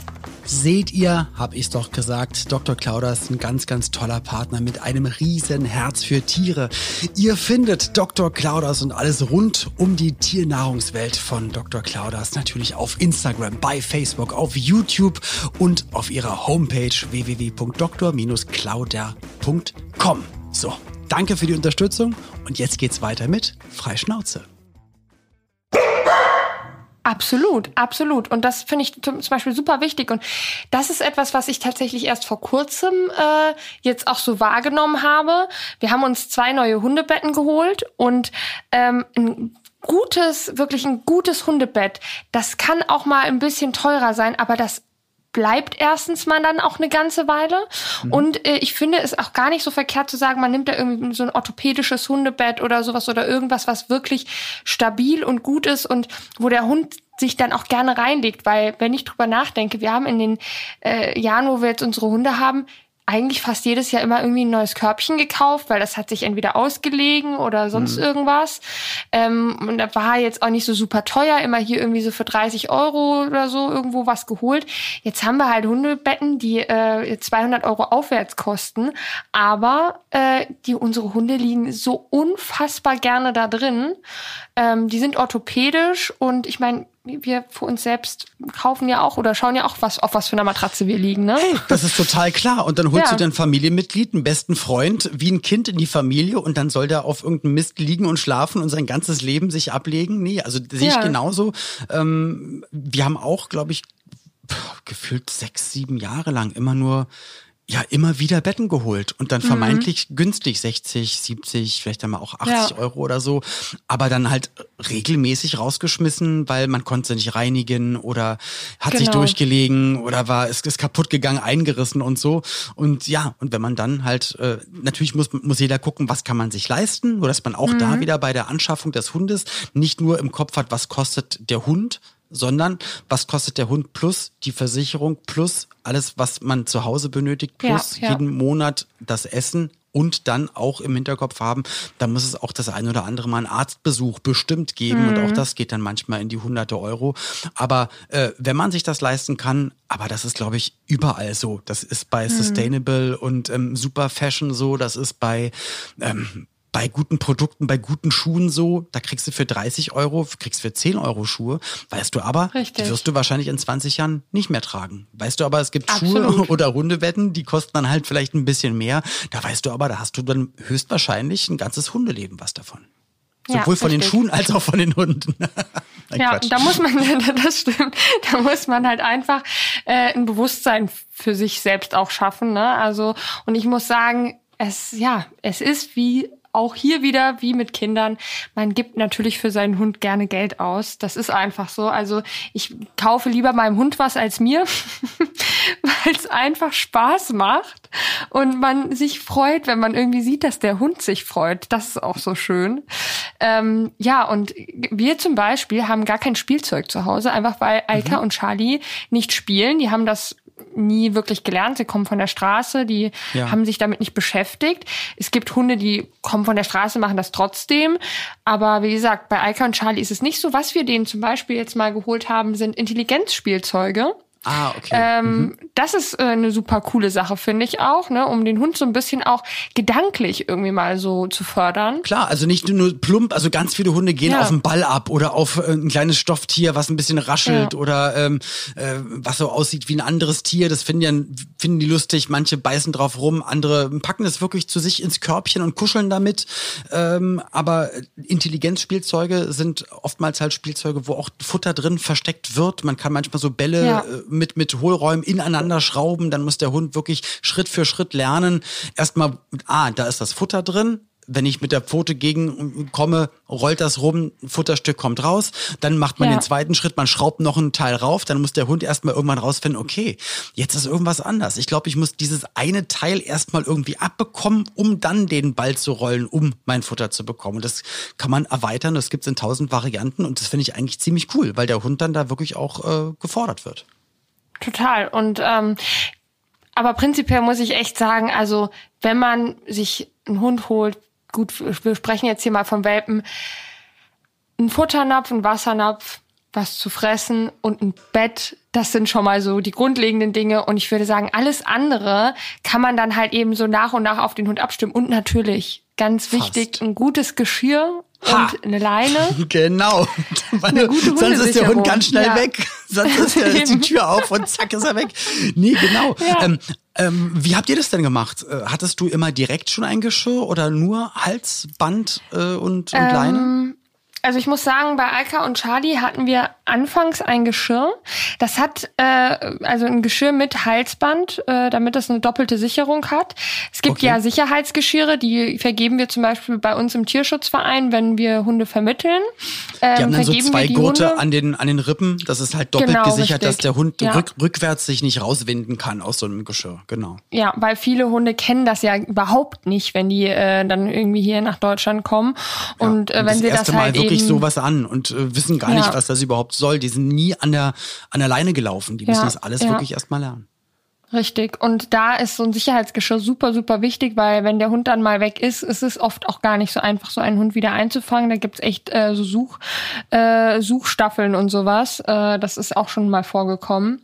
Seht ihr, hab ich's doch gesagt, Doktor Clauders, ein ganz, ganz toller Partner mit einem riesen Herz für Tiere. Ihr findet Doktor Clauders und alles rund um die Tiernahrungswelt von Doktor Clauders natürlich auf Instagram, bei Facebook, auf YouTube und auf ihrer Homepage w w w punkt doktor clauder punkt com. So, danke für die Unterstützung und jetzt geht's weiter mit Freischnauze. Absolut, absolut. Und das finde ich zum Beispiel super wichtig. Und das ist etwas, was ich tatsächlich erst vor kurzem äh, jetzt auch so wahrgenommen habe. Wir haben uns zwei neue Hundebetten geholt und ähm, ein gutes, wirklich ein gutes Hundebett, das kann auch mal ein bisschen teurer sein, aber das bleibt erstens mal dann auch eine ganze Weile. Mhm. Und äh, ich finde es auch gar nicht so verkehrt zu sagen, man nimmt da irgendwie so ein orthopädisches Hundebett oder sowas oder irgendwas, was wirklich stabil und gut ist und wo der Hund sich dann auch gerne reinlegt. Weil, wenn ich drüber nachdenke, wir haben in den äh, Jahren, wo wir jetzt unsere Hunde haben, eigentlich fast jedes Jahr immer irgendwie ein neues Körbchen gekauft, weil das hat sich entweder ausgelegen oder sonst mhm. irgendwas. Ähm, und da war jetzt auch nicht so super teuer, immer hier irgendwie so für dreißig Euro oder so irgendwo was geholt. Jetzt haben wir halt Hundebetten, die äh, zweihundert Euro aufwärts kosten, aber äh, die unsere Hunde liegen so unfassbar gerne da drin. Ähm, die sind orthopädisch und ich meine, wir für uns selbst kaufen ja auch oder schauen ja auch, was auf was für einer Matratze wir liegen, ne? Hey, das ist total klar. Und dann holst Ja. du dein Familienmitglied, einen besten Freund, wie ein Kind in die Familie und dann soll der auf irgendeinem Mist liegen und schlafen und sein ganzes Leben sich ablegen. Nee, also sehe ich Ja. genauso. Ähm, wir haben auch, glaube ich, pff, gefühlt sechs, sieben Jahre lang immer nur ja, immer wieder Betten geholt und dann vermeintlich mhm. günstig, sechzig, siebzig, vielleicht einmal auch achtzig Ja. Euro oder so, aber dann halt regelmäßig rausgeschmissen, weil man konnte sie nicht reinigen oder hat sich Genau. durchgelegen oder war ist, ist kaputt gegangen, eingerissen und so. Und ja, und wenn man dann halt, äh, natürlich muss, muss jeder gucken, was kann man sich leisten, nur dass man auch mhm. da wieder bei der Anschaffung des Hundes nicht nur im Kopf hat, was kostet der Hund, sondern was kostet der Hund plus die Versicherung plus alles, was man zu Hause benötigt, plus Ja, ja. jeden Monat das Essen und dann auch im Hinterkopf haben, da muss es auch das ein oder andere Mal einen Arztbesuch bestimmt geben Mhm. und auch das geht dann manchmal in die hunderte Euro. Aber äh, wenn man sich das leisten kann, aber das ist, glaube ich, überall so. Das ist bei Mhm. Sustainable und ähm, Super Fashion so, das ist bei ähm, bei guten Produkten, bei guten Schuhen so, da kriegst du für dreißig Euro, kriegst für zehn Euro Schuhe, weißt du aber, Richtig. die wirst du wahrscheinlich in zwanzig Jahren nicht mehr tragen. Weißt du aber, es gibt Absolut. Schuhe oder Hundebetten, die kosten dann halt vielleicht ein bisschen mehr. Da weißt du aber, da hast du dann höchstwahrscheinlich ein ganzes Hundeleben was davon. Ja, Sowohl von den richtig. Schuhen als auch von den Hunden. Nein, Ja, Quatsch. da muss man, das stimmt, da muss man halt einfach äh, ein Bewusstsein für sich selbst auch schaffen, ne? Also, und ich muss sagen, es, ja, es ist wie auch hier wieder wie mit Kindern. Man gibt natürlich für seinen Hund gerne Geld aus. Das ist einfach so. Also ich kaufe lieber meinem Hund was als mir, weil es einfach Spaß macht und man sich freut, wenn man irgendwie sieht, dass der Hund sich freut. Das ist auch so schön. Ähm, ja, und wir zum Beispiel haben gar kein Spielzeug zu Hause, einfach weil Eika mhm. und Charlie nicht spielen. Die haben das nie wirklich gelernt. Sie kommen von der Straße, die Ja. haben sich damit nicht beschäftigt. Es gibt Hunde, die kommen von der Straße, machen das trotzdem. Aber wie gesagt, bei Eika und Charlie ist es nicht so. Was wir denen zum Beispiel jetzt mal geholt haben, sind Intelligenzspielzeuge. Ah, okay. Ähm, mhm. Das ist äh, eine super coole Sache, finde ich auch, ne, um den Hund so ein bisschen auch gedanklich irgendwie mal so zu fördern. Klar, also nicht nur plump, also ganz viele Hunde gehen Ja. auf den Ball ab oder auf äh, ein kleines Stofftier, was ein bisschen raschelt Ja. oder ähm, äh, was so aussieht wie ein anderes Tier. Das finden, ja, finden die lustig, manche beißen drauf rum, andere packen es wirklich zu sich ins Körbchen und kuscheln damit. Ähm, aber Intelligenzspielzeuge sind oftmals halt Spielzeuge, wo auch Futter drin versteckt wird. Man kann manchmal so Bälle Ja. äh, mit, mit Hohlräumen ineinander schrauben, dann muss der Hund wirklich Schritt für Schritt lernen. Erstmal, ah, da ist das Futter drin. Wenn ich mit der Pfote gegen komme, rollt das rum, ein Futterstück kommt raus. Dann macht man Ja. den zweiten Schritt, man schraubt noch einen Teil rauf. Dann muss der Hund erstmal irgendwann rausfinden, okay, jetzt ist irgendwas anders. Ich glaube, ich muss dieses eine Teil erstmal irgendwie abbekommen, um dann den Ball zu rollen, um mein Futter zu bekommen. Und das kann man erweitern, das gibt's in tausend Varianten. Und das finde ich eigentlich ziemlich cool, weil der Hund dann da wirklich auch äh, gefordert wird. Total. Und ähm, aber prinzipiell muss ich echt sagen, also wenn man sich einen Hund holt, gut, wir sprechen jetzt hier mal von Welpen, ein Futternapf, ein Wassernapf, was zu fressen und ein Bett, das sind schon mal so die grundlegenden Dinge. Und ich würde sagen, alles andere kann man dann halt eben so nach und nach auf den Hund abstimmen. Und natürlich, ganz wichtig, Fast. ein gutes Geschirr Ha. und eine Leine. Genau. Eine gute Sonst ist der Hund Hundesicherung. ganz schnell Ja. weg. Sonst ist der, ist die Tür auf und zack ist er weg. Nee, genau. Ja. Ähm, ähm, wie habt ihr das denn gemacht? Äh, Hattest du immer direkt schon ein Geschirr oder nur Halsband äh, und, und Ähm, Leine? Also ich muss sagen, bei Alka und Charlie hatten wir anfangs ein Geschirr. Das hat äh, also ein Geschirr mit Halsband, äh, damit das eine doppelte Sicherung hat. Es gibt Okay. ja Sicherheitsgeschirre, die vergeben wir zum Beispiel bei uns im Tierschutzverein, wenn wir Hunde vermitteln. Ähm, Die haben dann so vergeben zwei wir die Gurte Hunde. an den, an den Rippen. Das ist halt doppelt Genau, gesichert, dass richtig. der Hund Ja. rück, rückwärts sich nicht rauswinden kann aus so einem Geschirr. Genau. Ja, weil viele Hunde kennen das ja überhaupt nicht, wenn die äh, dann irgendwie hier nach Deutschland kommen. Und, Ja, äh, wenn das sie erste das Mal halt wirklich eben sowas an und äh, wissen gar Ja. nicht, was das überhaupt soll. Die sind nie an der, an der Leine gelaufen. Die müssen Ja, das alles ja. wirklich erst mal lernen. Richtig. Und da ist so ein Sicherheitsgeschirr super, super wichtig, weil wenn der Hund dann mal weg ist, ist es oft auch gar nicht so einfach, so einen Hund wieder einzufangen. Da gibt's echt äh, so Such, äh, Suchstaffeln und sowas. Äh, das ist auch schon mal vorgekommen.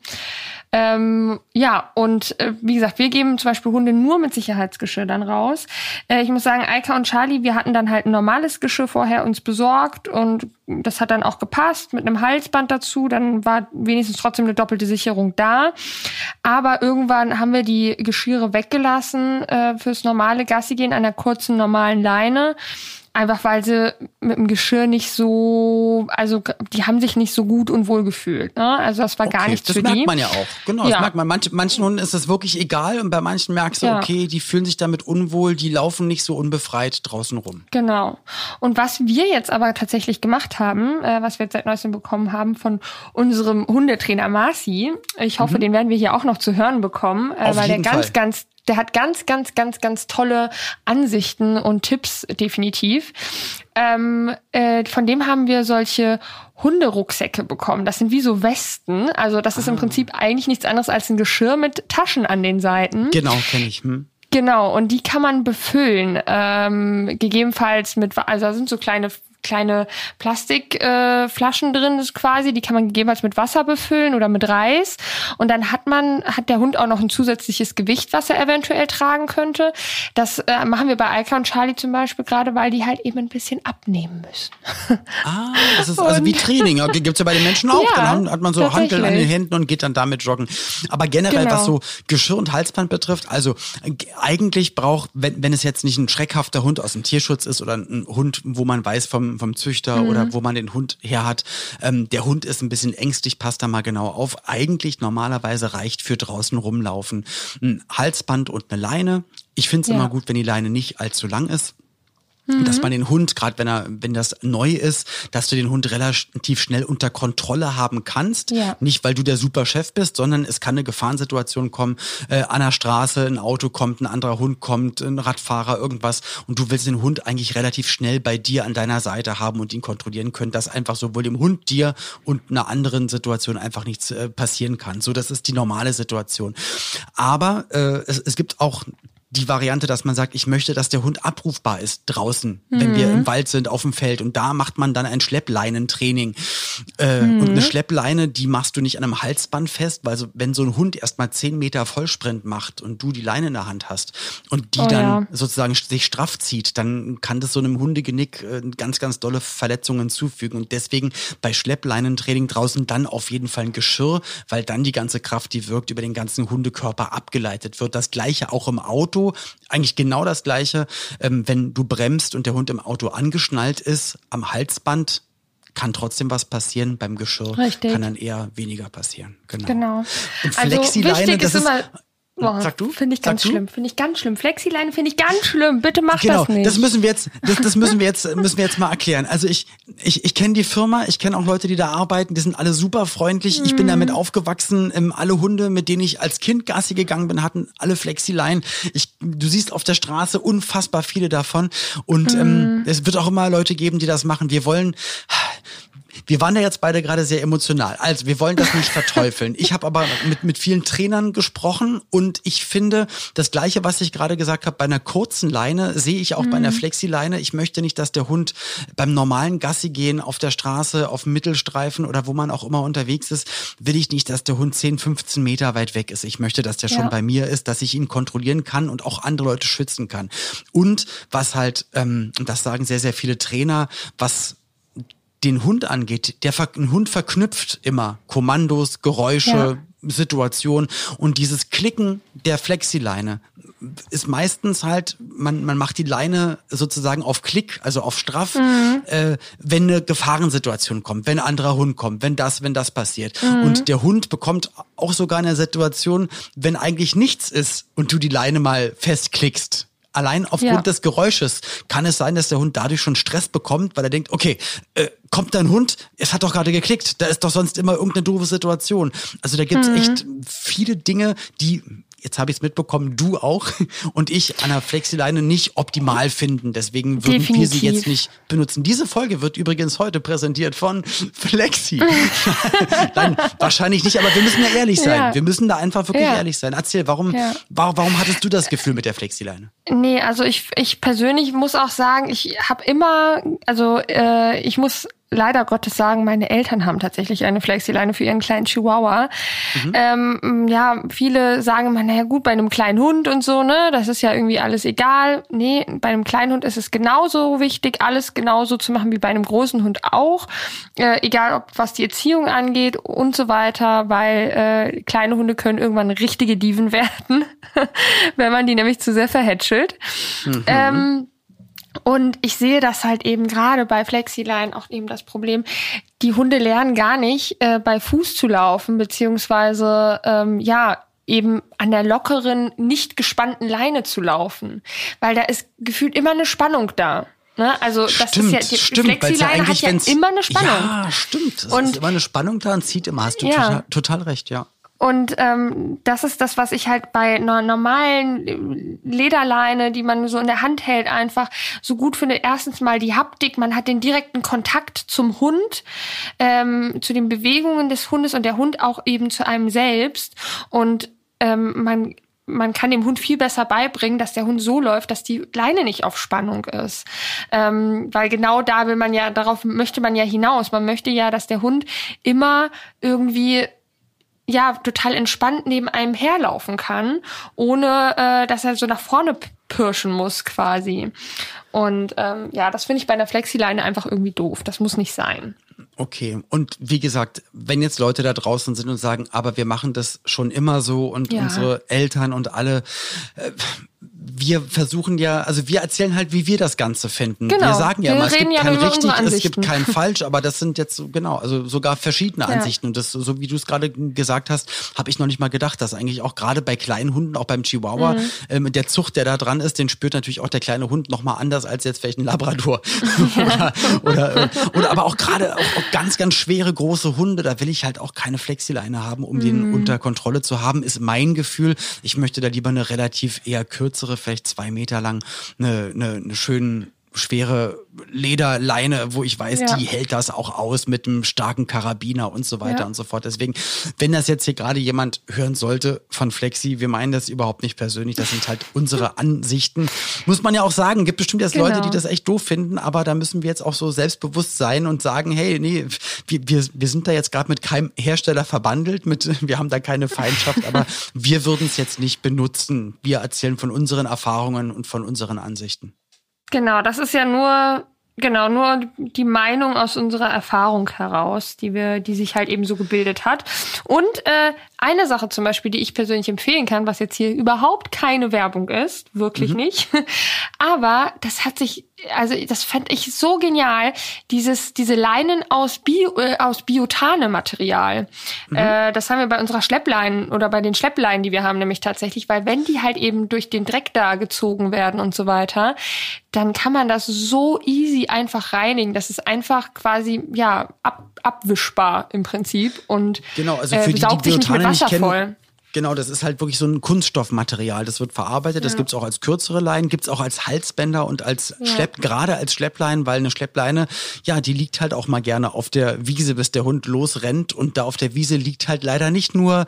Ähm, ja, und äh, wie gesagt, wir geben zum Beispiel Hunde nur mit Sicherheitsgeschirr dann raus. Äh, ich muss sagen, Eika und Charlie, wir hatten dann halt ein normales Geschirr vorher uns besorgt und das hat dann auch gepasst mit einem Halsband dazu. Dann war wenigstens trotzdem eine doppelte Sicherung da. Aber irgendwann haben wir die Geschirre weggelassen äh, fürs normale Gassi gehen an einer kurzen normalen Leine. Einfach weil sie mit dem Geschirr nicht so, also die haben sich nicht so gut und wohl gefühlt. Ne? Also das war okay, gar nichts für die. Das merkt man ja auch. Genau, ja. das merkt man. Manch, manchen Hunden ist das wirklich egal und bei manchen merkst du, ja. okay, die fühlen sich damit unwohl, die laufen nicht so unbefreit draußen rum. Genau. Und was wir jetzt aber tatsächlich gemacht haben, äh, was wir jetzt seit neuestem bekommen haben von unserem Hundetrainer Marci, ich hoffe, mhm. den werden wir hier auch noch zu hören bekommen, äh, weil der ganz, Fall. ganz Der hat ganz, ganz, ganz, ganz tolle Ansichten und Tipps, definitiv. Ähm, äh, von dem haben wir solche Hunderucksäcke bekommen. Das sind wie so Westen. Also das ist ah. im Prinzip eigentlich nichts anderes als ein Geschirr mit Taschen an den Seiten. Genau, kenne ich. Hm. Genau, und die kann man befüllen. Ähm, gegebenenfalls mit, also da sind so kleine kleine Plastikflaschen äh, drin ist quasi, die kann man gegebenenfalls mit Wasser befüllen oder mit Reis und dann hat man, hat der Hund auch noch ein zusätzliches Gewicht, was er eventuell tragen könnte. Das äh, machen wir bei Eika und Charlie zum Beispiel gerade, weil die halt eben ein bisschen abnehmen müssen. Ah, das ist also und wie Training, gibt's ja bei den Menschen auch, ja, dann hat man so Hanteln an den Händen und geht dann damit joggen. Aber generell, genau. was so Geschirr und Halsband betrifft, also eigentlich braucht, wenn, wenn es jetzt nicht ein schreckhafter Hund aus dem Tierschutz ist oder ein Hund, wo man weiß vom vom Züchter mhm. oder wo man den Hund her hat. Ähm, der Hund ist ein bisschen ängstlich, passt da mal genau auf. Eigentlich normalerweise reicht für draußen rumlaufen ein Halsband und eine Leine. Ich finde es ja. immer gut, wenn die Leine nicht allzu lang ist. Mhm. Dass man den Hund, gerade wenn er, wenn das neu ist, dass du den Hund relativ schnell unter Kontrolle haben kannst. Ja. Nicht, weil du der super Chef bist, sondern es kann eine Gefahrensituation kommen, äh, an der Straße, ein Auto kommt, ein anderer Hund kommt, ein Radfahrer, irgendwas. Und du willst den Hund eigentlich relativ schnell bei dir an deiner Seite haben und ihn kontrollieren können, dass einfach sowohl dem Hund, dir und einer anderen Situation einfach nichts äh, passieren kann. So, das ist die normale Situation. Aber äh, es, es gibt auch die Variante, dass man sagt, ich möchte, dass der Hund abrufbar ist draußen, mhm. wenn wir im Wald sind, auf dem Feld. Und da macht man dann ein Schleppleinentraining. Äh, mhm. Und eine Schleppleine, die machst du nicht an einem Halsband fest, weil so, wenn so ein Hund erstmal zehn Meter Vollsprint macht und du die Leine in der Hand hast und die oh, dann ja. sozusagen sich straff zieht, dann kann das so einem Hundegenick äh, ganz, ganz dolle Verletzungen zufügen. Und deswegen bei Schleppleinentraining draußen dann auf jeden Fall ein Geschirr, weil dann die ganze Kraft, die wirkt, über den ganzen Hundekörper abgeleitet wird. Das Gleiche auch im Auto. Eigentlich genau das Gleiche, ähm, wenn du bremst und der Hund im Auto angeschnallt ist, am Halsband kann trotzdem was passieren, beim Geschirr Richtig. Kann dann eher weniger passieren. Genau. genau. Und Flexileine, also, das ist... Immer Boah, Sag du? Finde ich ganz Sag schlimm. Finde ich ganz schlimm. Flexileine finde ich ganz schlimm. Bitte mach genau, das nicht. Das müssen wir jetzt, das, das müssen wir jetzt, müssen wir jetzt mal erklären. Also ich, ich, ich kenne die Firma, ich kenne auch Leute, die da arbeiten. Die sind alle super freundlich. Mhm. Ich bin damit aufgewachsen. Ähm, alle Hunde, mit denen ich als Kind Gassi gegangen bin, hatten alle Flexileinen. Ich, du siehst auf der Straße unfassbar viele davon. Und mhm. ähm, es wird auch immer Leute geben, die das machen. Wir wollen. Wir waren ja jetzt beide gerade sehr emotional. Also wir wollen das nicht verteufeln. Ich habe aber mit mit vielen Trainern gesprochen und ich finde, das Gleiche, was ich gerade gesagt habe, bei einer kurzen Leine sehe ich auch mhm. bei einer Flexileine. Ich möchte nicht, dass der Hund beim normalen Gassi gehen auf der Straße, auf dem Mittelstreifen oder wo man auch immer unterwegs ist, will ich nicht, dass der Hund zehn, fünfzehn Meter weit weg ist. Ich möchte, dass der ja. schon bei mir ist, dass ich ihn kontrollieren kann und auch andere Leute schützen kann. Und was halt, ähm, das sagen sehr, sehr viele Trainer, was den Hund angeht, der ein Hund verknüpft immer Kommandos, Geräusche, ja. Situationen und dieses Klicken der Flexileine ist meistens halt, man man macht die Leine sozusagen auf Klick, also auf straff, mhm. äh, wenn eine Gefahrensituation kommt, wenn ein anderer Hund kommt, wenn das, wenn das passiert. Mhm. Und der Hund bekommt auch sogar eine Situation, wenn eigentlich nichts ist und du die Leine mal festklickst. Allein aufgrund ja. des Geräusches kann es sein, dass der Hund dadurch schon Stress bekommt, weil er denkt, okay, äh, kommt da ein Hund? Es hat doch gerade geklickt. Da ist doch sonst immer irgendeine doofe Situation. Also da gibt es mhm. echt viele Dinge, die jetzt habe ich es mitbekommen, du auch und ich an der Flexileine nicht optimal finden. Deswegen würden Definitiv. wir sie jetzt nicht benutzen. Diese Folge wird übrigens heute präsentiert von Flexi. Nein, wahrscheinlich nicht, aber wir müssen ja ehrlich sein. Ja. Wir müssen da einfach wirklich ja. ehrlich sein. Erzähl, warum, ja. warum, warum hattest du das Gefühl mit der Flexileine? Nee, also ich, ich persönlich muss auch sagen, ich habe immer, also äh, ich muss leider Gottes sagen, meine Eltern haben tatsächlich eine Flexileine für ihren kleinen Chihuahua. Mhm. Ähm, ja, viele sagen immer, naja gut, bei einem kleinen Hund und so, ne, das ist ja irgendwie alles egal. Nee, bei einem kleinen Hund ist es genauso wichtig, alles genauso zu machen wie bei einem großen Hund auch. Äh, egal, ob was die Erziehung angeht und so weiter, weil äh, kleine Hunde können irgendwann richtige Dieven werden, wenn man die nämlich zu sehr verhätschelt. Mhm. Ähm, Und ich sehe das halt eben gerade bei Flexileine auch eben das Problem, die Hunde lernen gar nicht, äh, bei Fuß zu laufen, beziehungsweise, ähm, ja, eben an der lockeren, nicht gespannten Leine zu laufen. Weil da ist gefühlt immer eine Spannung da. Ne? Also das stimmt, ist ja, die stimmt, Flexileine ja hat ja immer eine Spannung. Ja, stimmt. Es und, ist immer eine Spannung da und zieht immer. Hast du ja. total, total recht, ja. Und ähm, das ist das, was ich halt bei einer normalen Lederleine, die man so in der Hand hält, einfach so gut finde. Erstens mal die Haptik, man hat den direkten Kontakt zum Hund, ähm, zu den Bewegungen des Hundes und der Hund auch eben zu einem selbst. Und ähm, man man kann dem Hund viel besser beibringen, dass der Hund so läuft, dass die Leine nicht auf Spannung ist. Ähm, weil genau da will man ja, darauf möchte man ja hinaus. Man möchte ja, dass der Hund immer irgendwie ja total entspannt neben einem herlaufen kann, ohne äh, dass er so nach vorne pirschen muss quasi. Und ähm, ja, das finde ich bei einer Flexileine einfach irgendwie doof. Das muss nicht sein. Okay, und wie gesagt, wenn jetzt Leute da draußen sind und sagen, aber wir machen das schon immer so und ja. unsere Eltern und alle, äh, wir versuchen ja, also wir erzählen halt, wie wir das Ganze finden. Genau. Wir sagen ja wir mal, es gibt ja kein richtig, es gibt kein falsch, aber das sind jetzt so, genau, also sogar verschiedene ja. Ansichten. Und das, so wie du es gerade gesagt hast, habe ich noch nicht mal gedacht, dass eigentlich auch gerade bei kleinen Hunden, auch beim Chihuahua, mhm. ähm, der Zucht, der da dran ist, den spürt natürlich auch der kleine Hund nochmal anders als jetzt vielleicht ein Labrador. oder, oder, äh, oder aber auch gerade auch, auch ganz, ganz schwere, große Hunde, da will ich halt auch keine Flexileine haben, um mhm. den unter Kontrolle zu haben, ist mein Gefühl. Ich möchte da lieber eine relativ eher kürzere, vielleicht zwei Meter lang, eine, eine, eine schöne, schwere Lederleine, wo ich weiß, ja. die hält das auch aus mit einem starken Karabiner und so weiter ja. und so fort. Deswegen, wenn das jetzt hier gerade jemand hören sollte von Flexi, wir meinen das überhaupt nicht persönlich, das sind halt unsere Ansichten. Muss man ja auch sagen, gibt bestimmt jetzt genau. Leute, die das echt doof finden, aber da müssen wir jetzt auch so selbstbewusst sein und sagen, hey, nee, wir, wir, wir sind da jetzt gerade mit keinem Hersteller verbandelt, mit, wir haben da keine Feindschaft, aber wir würden es jetzt nicht benutzen. Wir erzählen von unseren Erfahrungen und von unseren Ansichten. Genau, das ist ja nur, genau, nur die Meinung aus unserer Erfahrung heraus, die wir, die sich halt eben so gebildet hat. Und äh, eine Sache zum Beispiel, die ich persönlich empfehlen kann, was jetzt hier überhaupt keine Werbung ist, wirklich mhm. nicht, aber das hat sich, also das fand ich so genial, dieses diese Leinen aus Bio, äh, aus Biotane-Material. Mhm. Äh, das haben wir bei unserer Schleppleinen oder bei den Schleppleinen, die wir haben, nämlich tatsächlich, weil wenn die halt eben durch den Dreck da gezogen werden und so weiter, dann kann man das so easy einfach reinigen. Das ist einfach quasi ja ab, abwischbar im Prinzip und genau, also für äh, die, saugt die sich nicht mit Wasser kennen, voll. Genau, das ist halt wirklich so ein Kunststoffmaterial. Das wird verarbeitet, das ja. gibt's auch als kürzere Leinen, gibt's auch als Halsbänder und als ja. Schlepp, gerade als Schleppleinen, weil eine Schleppleine, ja, die liegt halt auch mal gerne auf der Wiese, bis der Hund losrennt. Und da auf der Wiese liegt halt leider nicht nur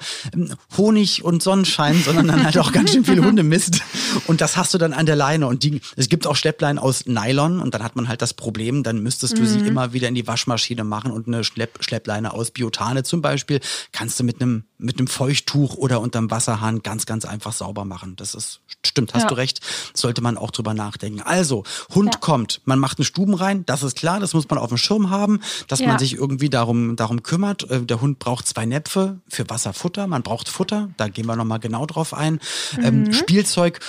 Honig und Sonnenschein, sondern dann halt auch ganz schön viel Hundemist. Und das hast du dann an der Leine. Und die, es gibt auch Schleppleinen aus Nylon und dann hat man halt das Problem, dann müsstest du mhm. sie immer wieder in die Waschmaschine machen und eine Schlepp, Schleppleine aus Biotane zum Beispiel kannst du mit einem mit einem Feuchttuch oder unterm Wasserhahn ganz, ganz einfach sauber machen. Das ist, stimmt, hast ja. du recht, sollte man auch drüber nachdenken. Also, Hund ja. kommt, man macht einen Stuben rein, das ist klar, das muss man auf dem Schirm haben, dass ja. man sich irgendwie darum, darum kümmert. Der Hund braucht zwei Näpfe für Wasserfutter, man braucht Futter, da gehen wir nochmal genau drauf ein. Mhm. Ähm, Spielzeug,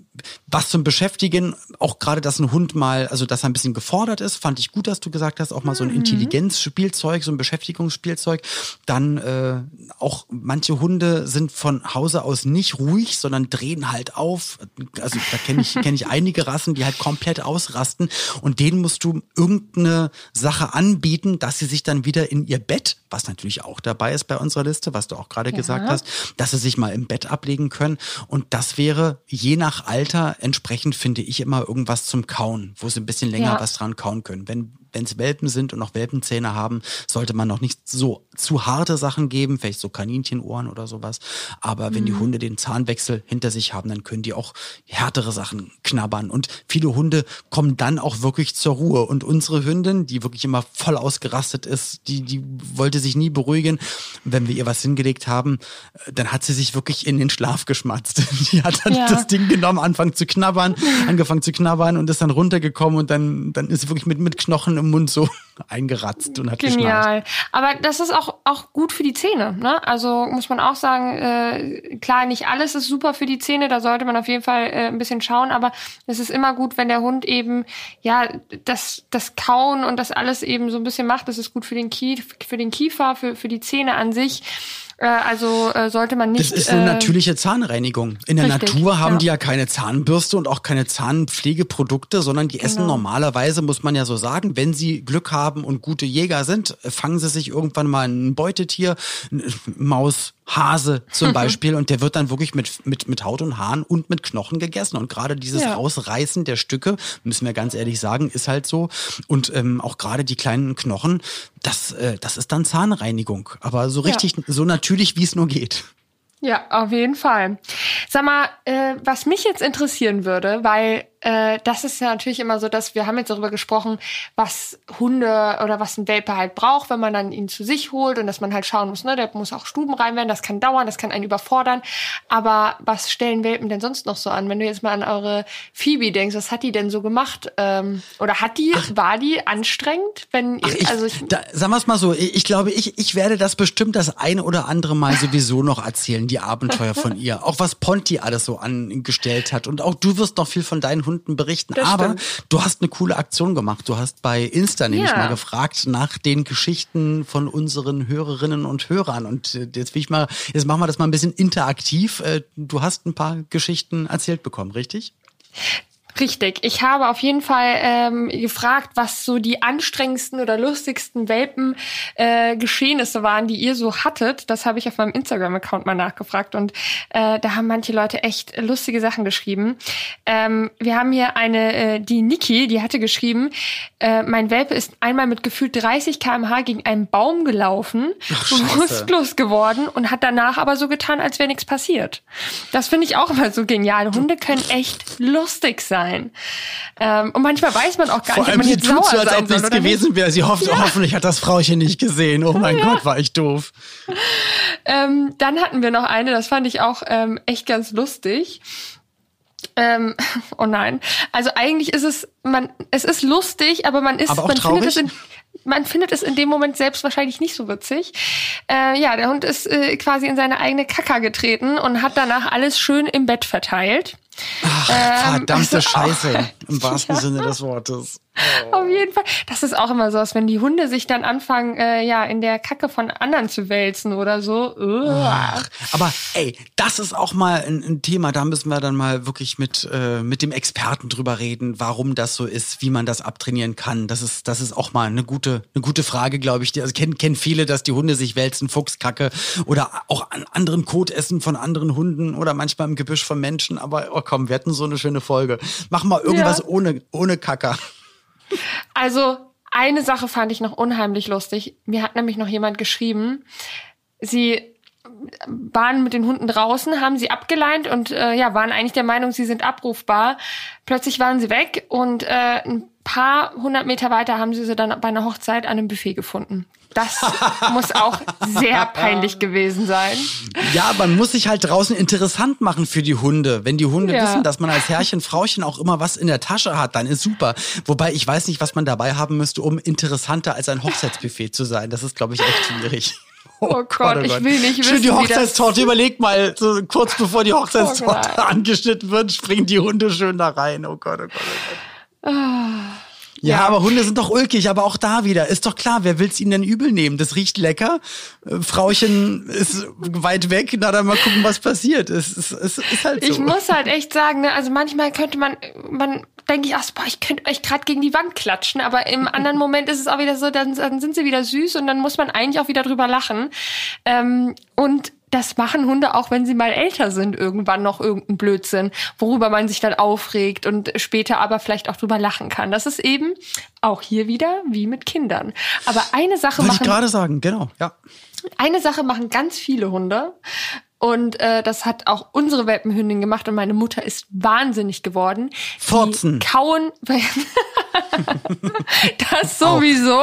was zum Beschäftigen, auch gerade, dass ein Hund mal, also dass er ein bisschen gefordert ist, fand ich gut, dass du gesagt hast, auch mal so ein mhm. Intelligenzspielzeug, so ein Beschäftigungsspielzeug. Dann äh, auch manche Hunde sind von Hause aus nicht ruhig, sondern drehen halt auf. Also da kenne ich, kenn ich einige Rassen, die halt komplett ausrasten und denen musst du irgendeine Sache anbieten, dass sie sich dann wieder in ihr Bett was natürlich auch dabei ist bei unserer Liste, was du auch gerade ja. gesagt hast, dass sie sich mal im Bett ablegen können. Und das wäre je nach Alter entsprechend, finde ich, immer irgendwas zum Kauen, wo sie ein bisschen länger ja. was dran kauen können. Wenn wenn es Welpen sind und noch Welpenzähne haben, sollte man noch nicht so zu harte Sachen geben, vielleicht so Kaninchenohren oder sowas. Aber wenn mhm. die Hunde den Zahnwechsel hinter sich haben, dann können die auch härtere Sachen knabbern. Und viele Hunde kommen dann auch wirklich zur Ruhe. Und unsere Hündin, die wirklich immer voll ausgerastet ist, die, die wollte sich nie beruhigen. Und wenn wir ihr was hingelegt haben, dann hat sie sich wirklich in den Schlaf geschmatzt. Die hat dann ja. das Ding genommen, angefangen zu knabbern, angefangen zu knabbern und ist dann runtergekommen und dann, dann ist sie wirklich mit, mit Knochen im Mund so eingeratzt und hat Genial. geschnarcht. Aber das ist auch, auch gut für die Zähne, ne? Also muss man auch sagen, äh, klar, nicht alles ist super für die Zähne, da sollte man auf jeden Fall äh, ein bisschen schauen, aber es ist immer gut, wenn der Hund eben, ja, das, das Kauen und das alles eben so ein bisschen macht. Das ist gut für den Kief, für den Kiefer, für, für die Zähne an sich. Also äh, sollte man nicht... Das ist eine äh, natürliche Zahnreinigung. In der richtig, Natur haben ja. die ja keine Zahnbürste und auch keine Zahnpflegeprodukte, sondern die essen genau. normalerweise, muss man ja so sagen, wenn sie Glück haben und gute Jäger sind, fangen sie sich irgendwann mal ein Beutetier, eine Maus, Hase zum Beispiel, und der wird dann wirklich mit, mit, mit Haut und Haaren und mit Knochen gegessen. Und gerade dieses ja. Rausreißen der Stücke, müssen wir ganz ehrlich sagen, ist halt so. Und ähm, auch gerade die kleinen Knochen, das, äh, das ist dann Zahnreinigung. Aber so richtig, ja. so natürlich, wie es nur geht. Ja, auf jeden Fall. Sag mal, äh, was mich jetzt interessieren würde, weil äh, das ist ja natürlich immer so, dass wir haben jetzt darüber gesprochen, was Hunde oder was ein Welpe halt braucht, wenn man dann ihn zu sich holt und dass man halt schauen muss, ne, der muss auch stubenrein werden, das kann dauern, das kann einen überfordern. Aber was stellen Welpen denn sonst noch so an? Wenn du jetzt mal an eure Phoebe denkst, was hat die denn so gemacht? Ähm, oder hat die, Ach. war die anstrengend? Wenn Ach, ich, also ich, da, sagen wir es mal so, ich, ich glaube, ich, ich werde das bestimmt das eine oder andere Mal sowieso noch erzählen, die Abenteuer von ihr. Auch was Ponti alles so angestellt hat. Und auch du wirst noch viel von deinen Hunden berichten. Das Aber stimmt. du hast eine coole Aktion gemacht. Du hast bei Insta nämlich ja. mal gefragt nach den Geschichten von unseren Hörerinnen und Hörern. Und jetzt will ich mal, jetzt machen wir das mal ein bisschen interaktiv. Du hast ein paar Geschichten erzählt bekommen, richtig? Richtig. Ich habe auf jeden Fall ähm, gefragt, was so die anstrengendsten oder lustigsten Welpen-Geschehnisse äh, waren, die ihr so hattet. Das habe ich auf meinem Instagram-Account mal nachgefragt und äh, da haben manche Leute echt lustige Sachen geschrieben. Ähm, wir haben hier eine, äh, die Niki, die hatte geschrieben, äh, mein Welpe ist einmal mit gefühlt dreißig Kilometer pro Stunde gegen einen Baum gelaufen, bewusstlos geworden und hat danach aber so getan, als wäre nichts passiert. Das finde ich auch immer so genial. Hunde können echt lustig sein. Ähm, und manchmal weiß man auch gar Vor nicht, allem, ob man jetzt sie tut sauer so, als sein ob nichts soll, oder gewesen nicht? wäre. Sie hofft, ja. hoffentlich hat das Frauchen nicht gesehen. Oh mein ja. Gott, war ich doof. Ähm, dann hatten wir noch eine, das fand ich auch ähm, echt ganz lustig. Ähm, oh nein. Also eigentlich ist es, man, es ist lustig, aber man ist, aber auch man traurig? findet es in, man findet es in dem Moment selbst wahrscheinlich nicht so witzig. Äh, ja, der Hund ist äh, quasi in seine eigene Kacke getreten und hat danach alles schön im Bett verteilt. Ach, ähm, verdammte also Scheiße, auch, im wahrsten ja. Sinne des Wortes. Oh. Auf jeden Fall. Das ist auch immer so, als wenn die Hunde sich dann anfangen, äh, ja, in der Kacke von anderen zu wälzen oder so. Ach, aber ey, das ist auch mal ein, ein Thema, da müssen wir dann mal wirklich mit, äh, mit dem Experten drüber reden, warum das so ist, wie man das abtrainieren kann. Das ist, das ist auch mal eine gute, eine gute Frage, glaube ich. Also kennen, kennen viele, dass die Hunde sich wälzen, Fuchskacke oder auch an anderen Kot essen von anderen Hunden oder manchmal im Gebüsch von Menschen. Aber oh komm, wir hatten so eine schöne Folge. Mach mal irgendwas ja. ohne, ohne Kacker. Also eine Sache fand ich noch unheimlich lustig. Mir hat nämlich noch jemand geschrieben, sie waren mit den Hunden draußen, haben sie abgeleint und äh, ja, waren eigentlich der Meinung, sie sind abrufbar. Plötzlich waren sie weg und äh, ein paar hundert Meter weiter haben sie sie dann bei einer Hochzeit an einem Buffet gefunden. Das muss auch sehr peinlich gewesen sein. Ja, man muss sich halt draußen interessant machen für die Hunde. Wenn die Hunde ja. wissen, dass man als Herrchen, Frauchen auch immer was in der Tasche hat, dann ist super. Wobei ich weiß nicht, was man dabei haben müsste, um interessanter als ein Hochzeitsbuffet zu sein. Das ist, glaube ich, echt schwierig. Oh, oh Gott, Gott, oh ich will nicht wissen, Schön die Hochzeitstorte, überleg mal, so kurz bevor die Hochzeitstorte oh angeschnitten wird, springen die Hunde schön da rein. Oh Gott, oh Gott, oh Gott. Oh. Ja, ja, aber Hunde sind doch ulkig, aber auch da wieder. Ist doch klar, wer will's ihnen denn übel nehmen? Das riecht lecker. Äh, Frauchen ist weit weg. Na, dann mal gucken, was passiert. Es, es, es ist halt so. Ich muss halt echt sagen, ne, also manchmal könnte man, man denke ich, ach, boah, ich könnte euch gerade gegen die Wand klatschen, aber im anderen Moment ist es auch wieder so, dann, dann sind sie wieder süß und dann muss man eigentlich auch wieder drüber lachen. Ähm, und das machen Hunde auch, wenn sie mal älter sind, irgendwann noch irgendein Blödsinn, worüber man sich dann aufregt und später aber vielleicht auch drüber lachen kann. Das ist eben auch hier wieder wie mit Kindern. Aber eine Sache Wollte machen... ich gerade sagen, genau, ja. Eine Sache machen ganz viele Hunde. Und äh, das hat auch unsere Welpenhündin gemacht und meine Mutter ist wahnsinnig geworden. Furzen. Die kauen... das sowieso.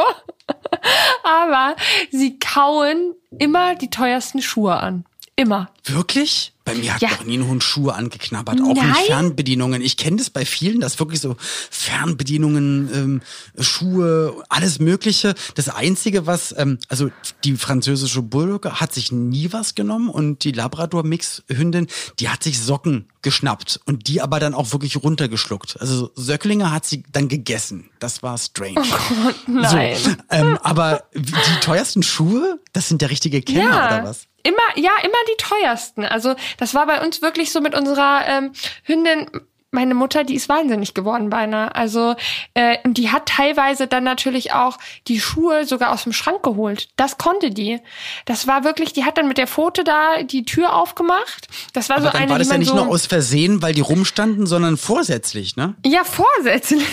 Aber sie kauen immer die teuersten Schuhe an. Immer. Wirklich? Bei mir hat Ja. noch nie ein Hund Schuhe angeknabbert, auch Nein? nicht Fernbedienungen. Ich kenne das bei vielen, dass wirklich so Fernbedienungen, ähm, Schuhe, alles Mögliche. Das Einzige, was, ähm, also die französische Bulldogge hat sich nie was genommen und die Labrador-Mix-Hündin, die hat sich Socken geschnappt und die aber dann auch wirklich runtergeschluckt. Also Söcklinge hat sie dann gegessen. Das war strange. Oh, nein. So, ähm, aber die teuersten Schuhe, das sind der richtige Kenner Ja. oder was? Immer, ja, immer die teuersten. Also das war bei uns wirklich so mit unserer ähm, Hündin. Meine Mutter, die ist wahnsinnig geworden beinahe. Also äh, und die hat teilweise dann natürlich auch die Schuhe sogar aus dem Schrank geholt. Das konnte die. Das war wirklich, die hat dann mit der Pfote da die Tür aufgemacht. Das war Aber so dann eine, war das die ja man nicht so, nur aus Versehen, weil die rumstanden, sondern vorsätzlich, ne? ja, vorsätzlich.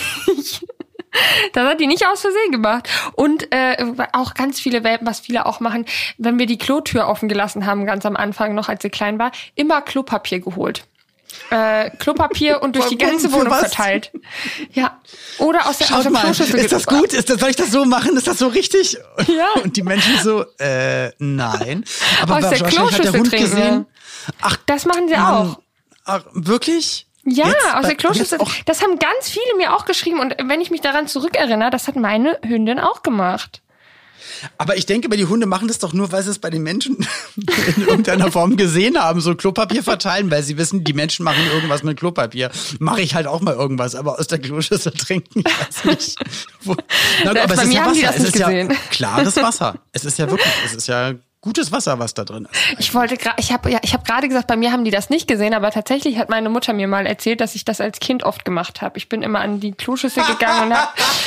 Das hat die nicht aus Versehen gemacht. Und äh, auch ganz viele Welpen, was viele auch machen, wenn wir die Klotür offen gelassen haben, ganz am Anfang noch, als sie klein war, immer Klopapier geholt. Äh, Klopapier und durch die ganze Für Wohnung was? verteilt. Ja. Oder aus der, aus Schaut der mal, Kloschüssel. ist das ge- gut? Ist das, soll ich das so machen? Ist das so richtig? Ja. Und die Menschen so, äh, nein. Aber Aus der wahrscheinlich hat der Kloschüssel Hund trinken, gesehen. Ach, Das machen sie Mann. auch. Ach, wirklich? Ja, Jetzt aus bei- der Kloschüssel. jetzt auch- Das haben ganz viele mir auch geschrieben. Und wenn ich mich daran zurückerinnere, das hat meine Hündin auch gemacht. Aber ich denke, die Hunde machen das doch nur, weil sie es bei den Menschen in irgendeiner Form gesehen haben, so Klopapier verteilen, weil sie wissen, die Menschen machen irgendwas mit Klopapier. Mache ich halt auch mal irgendwas, aber aus der Kloschüssel trinken, ich weiß nicht. Wo. Na, Selbst aber es bei ist mir ja haben die Wasser, das es nicht ist ja gesehen. klares Wasser. Es ist ja wirklich, es ist ja gutes Wasser, was da drin ist. Ich wollte gerade, ich habe ja, ich habe gerade gesagt, bei mir haben die das nicht gesehen, aber tatsächlich hat meine Mutter mir mal erzählt, dass ich das als Kind oft gemacht habe. Ich bin immer an die Kloschüssel gegangen und habe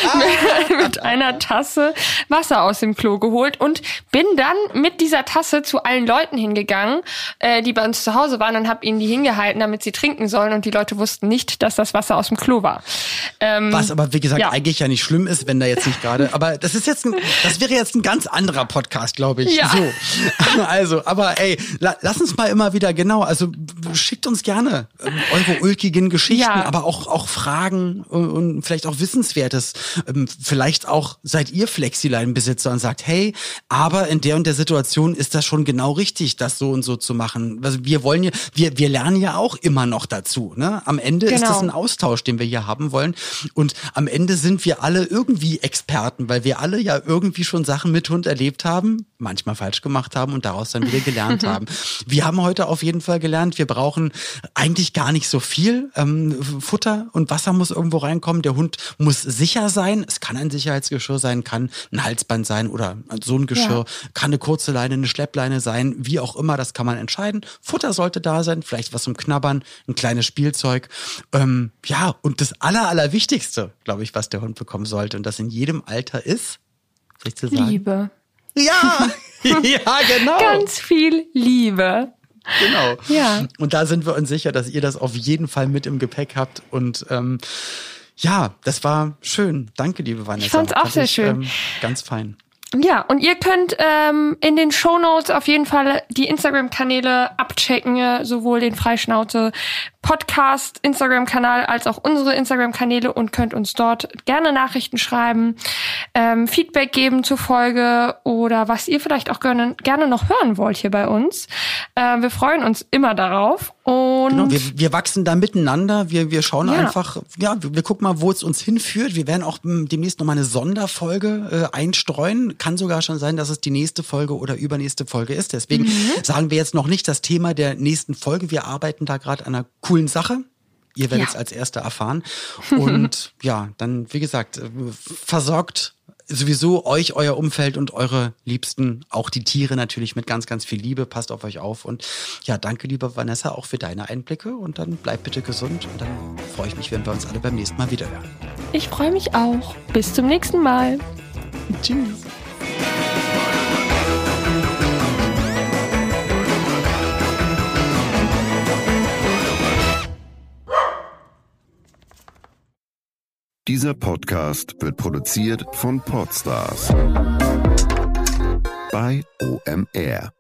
mit, mit einer Tasse Wasser aus dem Klo geholt und bin dann mit dieser Tasse zu allen Leuten hingegangen, äh, die bei uns zu Hause waren und habe ihnen die hingehalten, damit sie trinken sollen und die Leute wussten nicht, dass das Wasser aus dem Klo war. Ähm, Was aber, wie gesagt, ja. eigentlich ja nicht schlimm ist, wenn da jetzt nicht gerade, aber das ist jetzt ein, das wäre jetzt ein ganz anderer Podcast, glaube ich. Ja. So. Also, aber ey, la, lass uns mal immer wieder, genau, also schickt uns gerne ähm, eure ulkigen Geschichten, Ja. aber auch, auch Fragen und, und vielleicht auch Wissenswertes. Ähm, vielleicht auch seid ihr Flexilein-Besitzer und sagt, hey, aber in der und der Situation ist das schon genau richtig, das so und so zu machen. Also wir wollen ja, wir, wir lernen ja auch immer noch dazu, ne? Am Ende ist Genau. das ein Austausch, den wir hier haben wollen. Und am Ende sind wir alle irgendwie Experten, weil wir alle ja irgendwie schon Sachen mit Hund erlebt haben, manchmal falsch gemacht haben und daraus dann wieder gelernt haben. Wir haben heute auf jeden Fall gelernt, wir brauchen eigentlich gar nicht so viel. Ähm, Futter und Wasser muss irgendwo reinkommen. Der Hund muss sicher sein. Es kann ein Sicherheitsgeschirr sein, kann ein Halsband sein oder so ein Geschirr, Ja. kann eine kurze Leine, eine Schleppleine sein, wie auch immer, das kann man entscheiden. Futter sollte da sein, vielleicht was zum Knabbern, ein kleines Spielzeug. Ähm, ja, und das Aller, Allerwichtigste, glaube ich, was der Hund bekommen sollte und das in jedem Alter ist, soll ich dir sagen? Liebe. Ja, ja, genau. Ganz viel Liebe. Genau. Ja. Und da sind wir uns sicher, dass ihr das auf jeden Fall mit im Gepäck habt. Und ähm, ja, das war schön. Danke, liebe Vanessa. Ich fand's auch Fand sehr ich, schön. Ähm, ganz fein. Ja, und ihr könnt ähm, in den Shownotes auf jeden Fall die Instagram-Kanäle abchecken, äh, sowohl den Freischnauze Podcast Instagram-Kanal als auch unsere Instagram-Kanäle und könnt uns dort gerne Nachrichten schreiben, ähm, Feedback geben zur Folge oder was ihr vielleicht auch gerne, gerne noch hören wollt hier bei uns. Äh, wir freuen uns immer darauf. Und Genau, wir, wir wachsen da miteinander. Wir, wir schauen Ja. einfach, ja, wir, wir gucken mal, wo es uns hinführt. Wir werden auch m, demnächst noch mal eine Sonderfolge äh, einstreuen. Kann sogar schon sein, dass es die nächste Folge oder übernächste Folge ist. Deswegen Mhm. sagen wir jetzt noch nicht das Thema der nächsten Folge. Wir arbeiten da gerade an einer coolen Sache. Ihr werdet es Ja. als Erste erfahren. Und ja, dann, wie gesagt, versorgt sowieso euch, euer Umfeld und eure Liebsten, auch die Tiere natürlich mit ganz, ganz viel Liebe. Passt auf euch auf. Und ja, danke, liebe Vanessa, auch für deine Einblicke. Und dann bleibt bitte gesund. Und dann freue ich mich, wenn wir uns alle beim nächsten Mal wieder hören. Ich freue mich auch. Bis zum nächsten Mal. Tschüss. Dieser Podcast wird produziert von Podstars bei O M R.